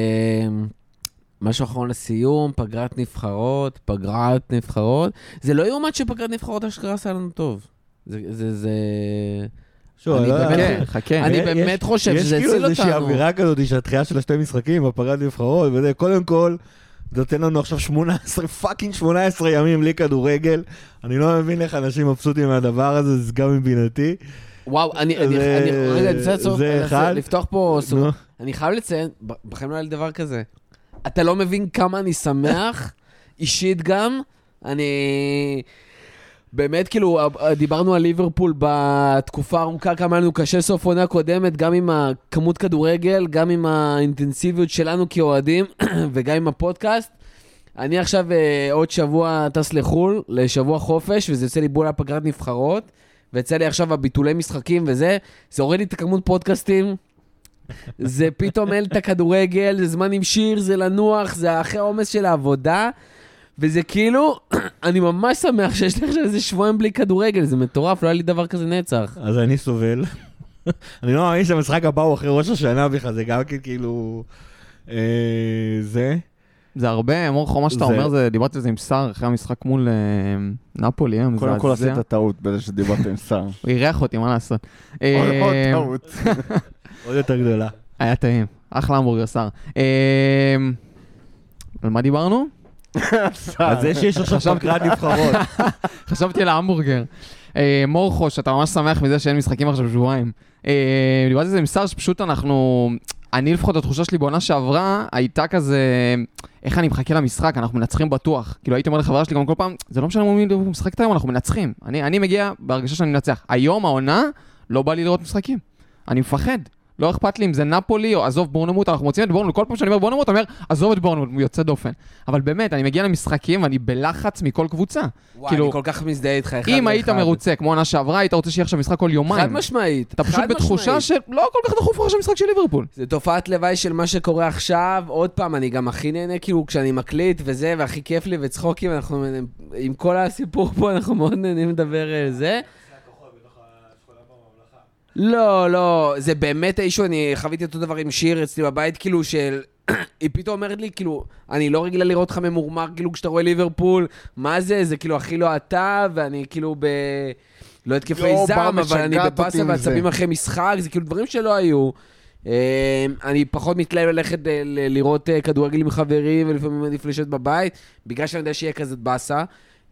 משהו אחרון לסיום, פגרת נבחרות, פגרת נבחרות. זה לא יאומן שפגרת נבחרות אשכרה עשה לנו טוב. זה, זה, זה... אני באמת, חכה. אני באמת חושב שזה הציל אותנו. יש כאילו איזושהי אווירה כזאת שהתחייה של השתי משחקים, הפגרת נבחרות, וזה, קודם כל, זה נותן לנו עכשיו שמונה עשרה, פאקינג שמונה עשרה ימים בלי כדורגל. אני לא מבין איך אנשים מבסוטים מהדבר הזה, זה גם מבינתי. וואו, אני, אני, אני, רגע, אני רוצה לצורך, לפתוח פה, אני חייב לציין, בכם לא היה לי דבר כזה. אתה לא מבין כמה אני שמח, אישית גם, אני... באמת, כאילו, דיברנו על ליברפול בתקופה ארוכה, כמה לנו קשה סוף עונה קודמת, גם עם הכמות כדורגל, גם עם האינטנסיביות שלנו כאוהדים, וגם עם הפודקאסט. אני עכשיו עוד שבוע טס לחול, לשבוע חופש, וזה יוצא לי בול הפגרת נבחרות, ויצא לי עכשיו הביטולי משחקים וזה, זה הוריד לי את הכמות פודקאסטים, זה פתאום אין את הכדורגל, זה זמן עם שיר, זה לנוח, זה אחרי העומס של העבודה, וזה כאילו, אני ממש שמח שיש לי עכשיו איזה שבועיים בלי כדורגל, זה מטורף, לא היה לי דבר כזה נצח. אז אני סובל. אני לא מאמין שהמשחק הבא הוא אחרי ראש השנה בכלל, זה גם כאילו, זה. זה הרבה, אמור מה שאתה אומר, זה, דיברתי על זה עם שר, אחרי המשחק מול נפולי. קודם כל עשית טעות בזה שדיברתי עם שר. הוא אירח אותי, מה לעשות? עוד טעות. עוד יותר גדולה. היה טעים, אחלה המבורגר שר. על מה דיברנו? אז זה שיש עכשיו פגרת נבחרות. חשבתי על ההמבורגר. מורחו, שאתה ממש שמח מזה שאין משחקים עכשיו שבועיים. דיברתי על זה עם שר שפשוט אנחנו... אני לפחות, התחושה שלי בעונה שעברה, הייתה כזה, איך אני מחכה למשחק, אנחנו מנצחים בטוח. כאילו הייתי אומר לחברה שלי גם כל פעם, זה לא משנה מי משחק את היום, אנחנו מנצחים. אני, אני מגיע בהרגשה שאני מנצח. היום העונה, לא בא לי לראות משחקים. אני מפחד. לא אכפת לי אם זה נפולי או עזוב בורנמוט, אנחנו מוצאים את בורנמוט, כל פעם שאני אומר בורנמוט, אני אומר, עזוב את בורנמוט, הוא יוצא דופן. אבל באמת, אני מגיע למשחקים ואני בלחץ מכל קבוצה. וואי, כאילו, אני כל כך מזדהה איתך אחד לאחד. אם היית מרוצה, כמו עונה שעברה, היית רוצה שיהיה עכשיו משחק כל יומיים. חד משמעית. אתה פשוט בתחושה של לא כל כך דחוף עכשיו משחק של ליברפול. זה תופעת לוואי של מה שקורה עכשיו. עוד פעם, אני גם הכי נהנה, כאילו, כשאני מקליט וזה, והכי כיף לי וצחוקים, אנחנו, עם כל הסיפור פה, אנחנו מאוד נהנים לדבר על זה. לא, לא, זה באמת אישו, אני חוויתי אותו דבר עם שיר אצלי בבית, כאילו של... היא פתאום אומרת לי, כאילו, אני לא רגילה לראות לך ממורמר, כאילו, כשאתה רואה ליברפול, מה זה? זה כאילו הכי לא אתה, ואני כאילו ב... לא התקפי זעם, אבל אני בפסה ועצבים אחרי משחק, זה כאילו דברים שלא היו. אני פחות מתלהב ללכת לראות כדורגל עם חברים, ולפעמים עדיף לשבת בבית, בגלל שאני יודע שיהיה כזאת בסה.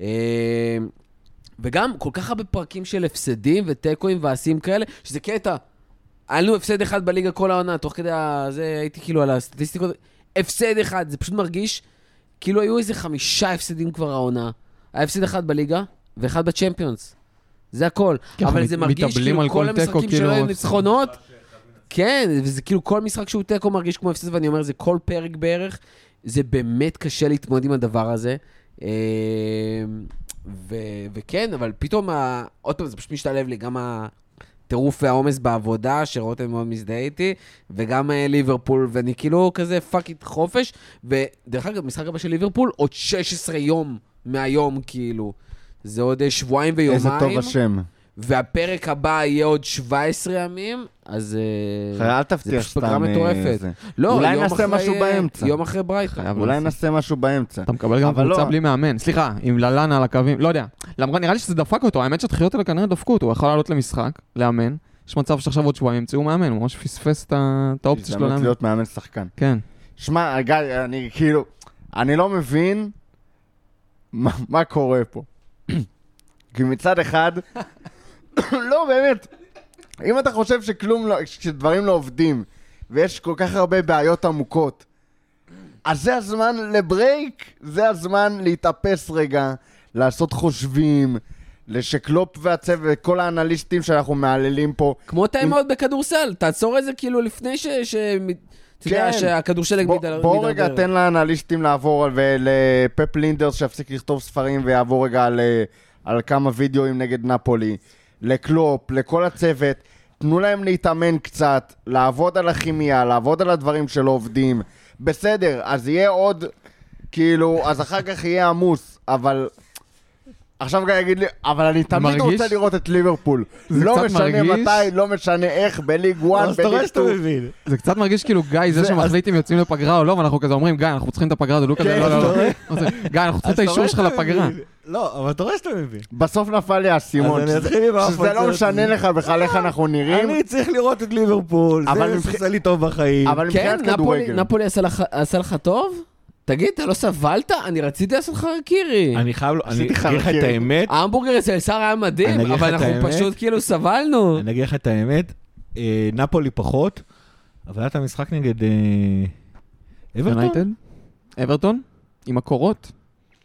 וגם כל כך הרבה פרקים של הפסדים וטקואים ועשים כאלה, שזה קטע. היה לנו הפסד אחד בליגה כל העונה, תוך כדי זה הייתי כאילו על הסטטיסטיקות, הפסד אחד, זה פשוט מרגיש, כאילו היו איזה חמישה הפסדים כבר העונה. היה הפסד אחד בליגה, ואחד בצ'מפיונס. זה הכל. אבל זה מרגיש כאילו כל המשחקים שלו היו ניצחונות. כן, וזה כאילו כל משחק שהוא טקו מרגיש כמו הפסד, ואני אומר, זה כל פרק בערך, זה באמת קשה להתמודד עם הדבר הזה. ו- וכן, אבל פתאום, ה- עוד פעם, זה פשוט משתלב לי, גם הטירוף והעומס בעבודה, שרותם מאוד מזדהה איתי, וגם ליברפול, ואני כאילו כזה פאק איט חופש, ודרך אגב, משחק הבא של ליברפול, עוד שש עשרה יום מהיום, כאילו, זה עוד שבועיים ויומיים. איזה טוב השם. והפרק הבא יהיה עוד שבעה עשרה ימים, אז אל תבטיח סתם. זה פגרה מטורפת. לא, אולי נעשה משהו באמצע. יום אחרי ברייטון. אולי נעשה משהו באמצע. אתה מקבל גם קבוצה בלי מאמן. סליחה, עם ללנה על הקווים, לא יודע. למרות, נראה לי שזה דפק אותו, האמת שהתחיות האלה כנראה דפקו אותו, הוא יכול לעלות למשחק, לאמן. יש מצב שעכשיו עוד שבועיים ימצאו מאמן, הוא ממש פספס את האופציה שלו לאמן. להיות מאמן שחקן. כן. שמע, גיא, אני כאילו, אני לא מבין מה קורה פה. כי מצד אחד, לא, באמת, אם אתה חושב שכלום לא, שדברים לא עובדים, ויש כל כך הרבה בעיות עמוקות, אז זה הזמן לברייק, זה הזמן להתאפס רגע, לעשות חושבים, לשקלופ והצוות, כל האנליסטים שאנחנו מעללים פה. כמו טיימאוט בכדורסל, תעצור את זה כאילו לפני ש... אתה יודע שהכדורסל מתדרדר. בוא רגע, תן לאנליסטים לעבור, ולפפ לינדרס שיפסיק לכתוב ספרים, ויעבור רגע על כמה וידאוים נגד נפולי. לקלופ, לכל הצוות, תנו להם להתאמן קצת, לעבוד על הכימיה, לעבוד על הדברים שלא עובדים. בסדר, אז יהיה עוד, כאילו, אז אחר כך יהיה עמוס, אבל... עכשיו גם יגיד לי, אבל אני תמיד מרגיש... רוצה לראות את ליברפול. לא משנה מרגיש... מתי, לא משנה איך, בליג וואן, בליג טו. זה קצת מרגיש כאילו גיא, זה שמחליט אם יוצאים לפגרה או לא, ואנחנו כזה אומרים, גיא, אנחנו צריכים את הפגרה, זה לא כזה, לא, לא, לא. גיא, אנחנו צריכים את האישור שלך לפגרה. לא, אבל אתה רואה שאתה מבין. בסוף נפל לי הסימון, שזה לא משנה לך בכלל איך אנחנו נראים. אני צריך לראות את ליברפול, זה עושה לי טוב בחיים. אבל מבחינת כדורגל. נפולי עשה לך טוב? תגיד, אתה לא סבלת? אני רציתי לעשות לך קירי. אני חייב, אני אגיד לך את האמת. ההמבורגר אצל שר היה מדהים, אבל אנחנו פשוט כאילו סבלנו. אני אגיד לך את האמת, נפולי פחות, אבל היה את המשחק נגד אברטון? אברטון? עם הקורות?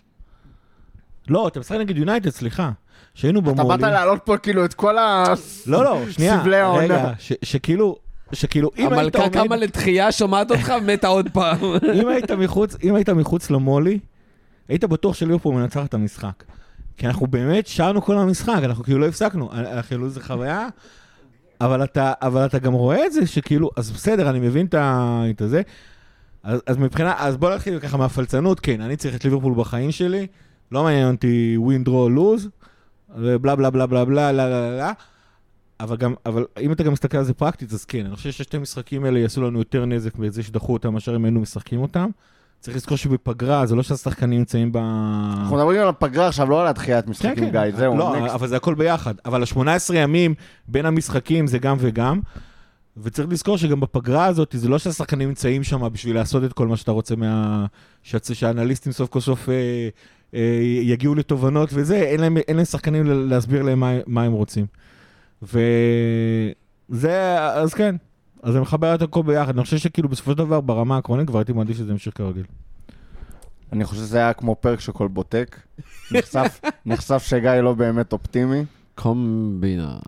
לא, אתה משחק נגד יונייטד, סליחה. שהיינו במולי. אתה באת לעלות פה כאילו את כל הסבלי העונה. לא, לא, שנייה, רגע, שכאילו... שכאילו, אם היית עומד... המלכה קמה לתחייה, שומעת אותך, מתה עוד פעם. אם היית מחוץ, אם היית מחוץ למולי, היית בטוח שליברפול מנצח את המשחק. כי אנחנו באמת שרנו כל המשחק, אנחנו כאילו לא הפסקנו. כאילו זה חוויה, אבל אתה, אבל אתה גם רואה את זה, שכאילו, אז בסדר, אני מבין את זה. אז, אז מבחינה, אז בוא נתחיל ככה מהפלצנות, כן, אני צריך את ליברפול בחיים שלי, לא מעניין אותי win, draw, lose, ובלה בלה בלה בלה בלה בלה בלה. אבל גם, אבל אם אתה גם מסתכל על זה פרקטית, אז כן, אני חושב ששתי משחקים האלה יעשו לנו יותר נזק בזה שדחו אותם, מאשר אם היינו משחקים אותם. צריך לזכור שבפגרה, זה לא שהשחקנים נמצאים ב... אנחנו מדברים על הפגרה עכשיו, לא על הדחיית משחקים, גיא, זהו. לא, אבל זה הכל ביחד. אבל ה-שמונה עשרה ימים בין המשחקים זה גם וגם, וצריך לזכור שגם בפגרה הזאת, זה לא שהשחקנים נמצאים שם בשביל לעשות את כל מה שאתה רוצה מה... שהאנליסטים סוף כל סוף יגיעו לתובנות וזה, אין להם, אין להם שחקנים להסביר להם מה, מה הם רוצים. וזה, אז כן, אז זה מחבר את הכל ביחד. אני חושב שכאילו בסופו של דבר, ברמה העקרונית, כבר הייתי מעדיף שזה ימשיך כרגיל. אני חושב שזה היה כמו פרק שכל בוטק. נחשף, נחשף שגיא לא באמת אופטימי. קומבינה.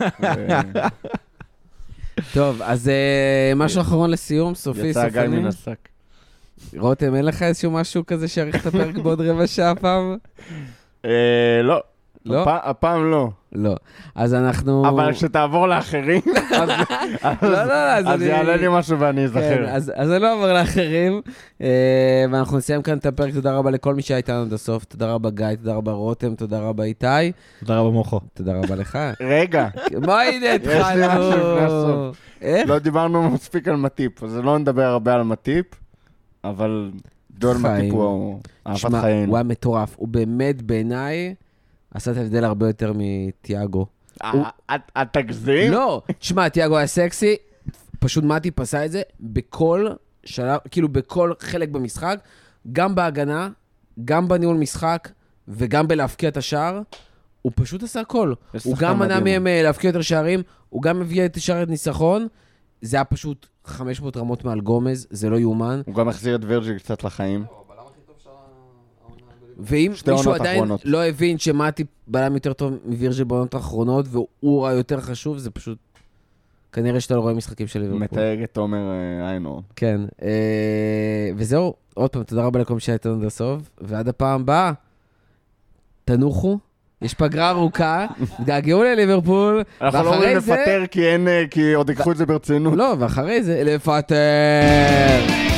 טוב, אז אה, משהו אחרון לסיום, סופי, יצא גיא סופני. מן השק. רותם, אין לך איזשהו משהו כזה שיאריך את הפרק בעוד רבע שעה פעם? אה, לא. לא? הפ- הפעם לא. לא. אז אנחנו... אבל כשתעבור לאחרים, אז לא, לא, לא, אז אז אני... יעלה לי משהו ואני כן, אזכר. אז, אז אני לא עובר לאחרים, אה, ואנחנו נסיים כאן את הפרק. תודה רבה לכל מי שהיה איתנו עד הסוף. תודה רבה גיא, תודה רבה רותם, תודה רבה איתי, תודה רבה מוחו. תודה רבה לך. רגע, מה הנה לי משהו לפני התחלנו? הסוף. איך? לא דיברנו מספיק על מטיפ, אז לא נדבר הרבה על מטיפ, אבל ג'ואל חיים. מטיפ הוא אהבת שמע, חיינו. הוא היה מטורף. הוא באמת בעיניי עשה את ההבדל הרבה יותר מתיאגו. הוא- אה, את- את תגזים? לא, תשמע, תיאגו היה סקסי, פשוט מטיפ עשה את זה בכל שלב, כאילו בכל חלק במשחק, גם בהגנה, גם בניהול משחק, וגם בלהפקיע את השער, הוא פשוט עשה הכל. יש הוא שחקן גם מנע מדהים. מהם אה, להפקיע יותר שערים, הוא גם הביא את שער ניצחון, זה היה פשוט חמש מאות רמות מעל גומז, זה לא יאומן. הוא גם החזיר את וירג'יל קצת לחיים. ואם שתי מישהו עונות עדיין אחרונות. לא הבין שמטיפ בלם יותר טוב מווירג'יל בעונות האחרונות, והוא היותר חשוב, זה פשוט... כנראה שאתה לא רואה משחקים של ליברפול. מתייג את תומר אה, איינור. כן, אה, וזהו, עוד פעם, תודה רבה לכל מי שהיה איתנו עד הסוף, ועד הפעם הבאה, תנוחו, יש פגרה ארוכה, תגעגעו לליברפול, אנחנו לא ואחרי אומרים זה... לפטר כי אין, אה, כי עוד ייקחו את זה ברצינות. לא, ואחרי זה, לפטר!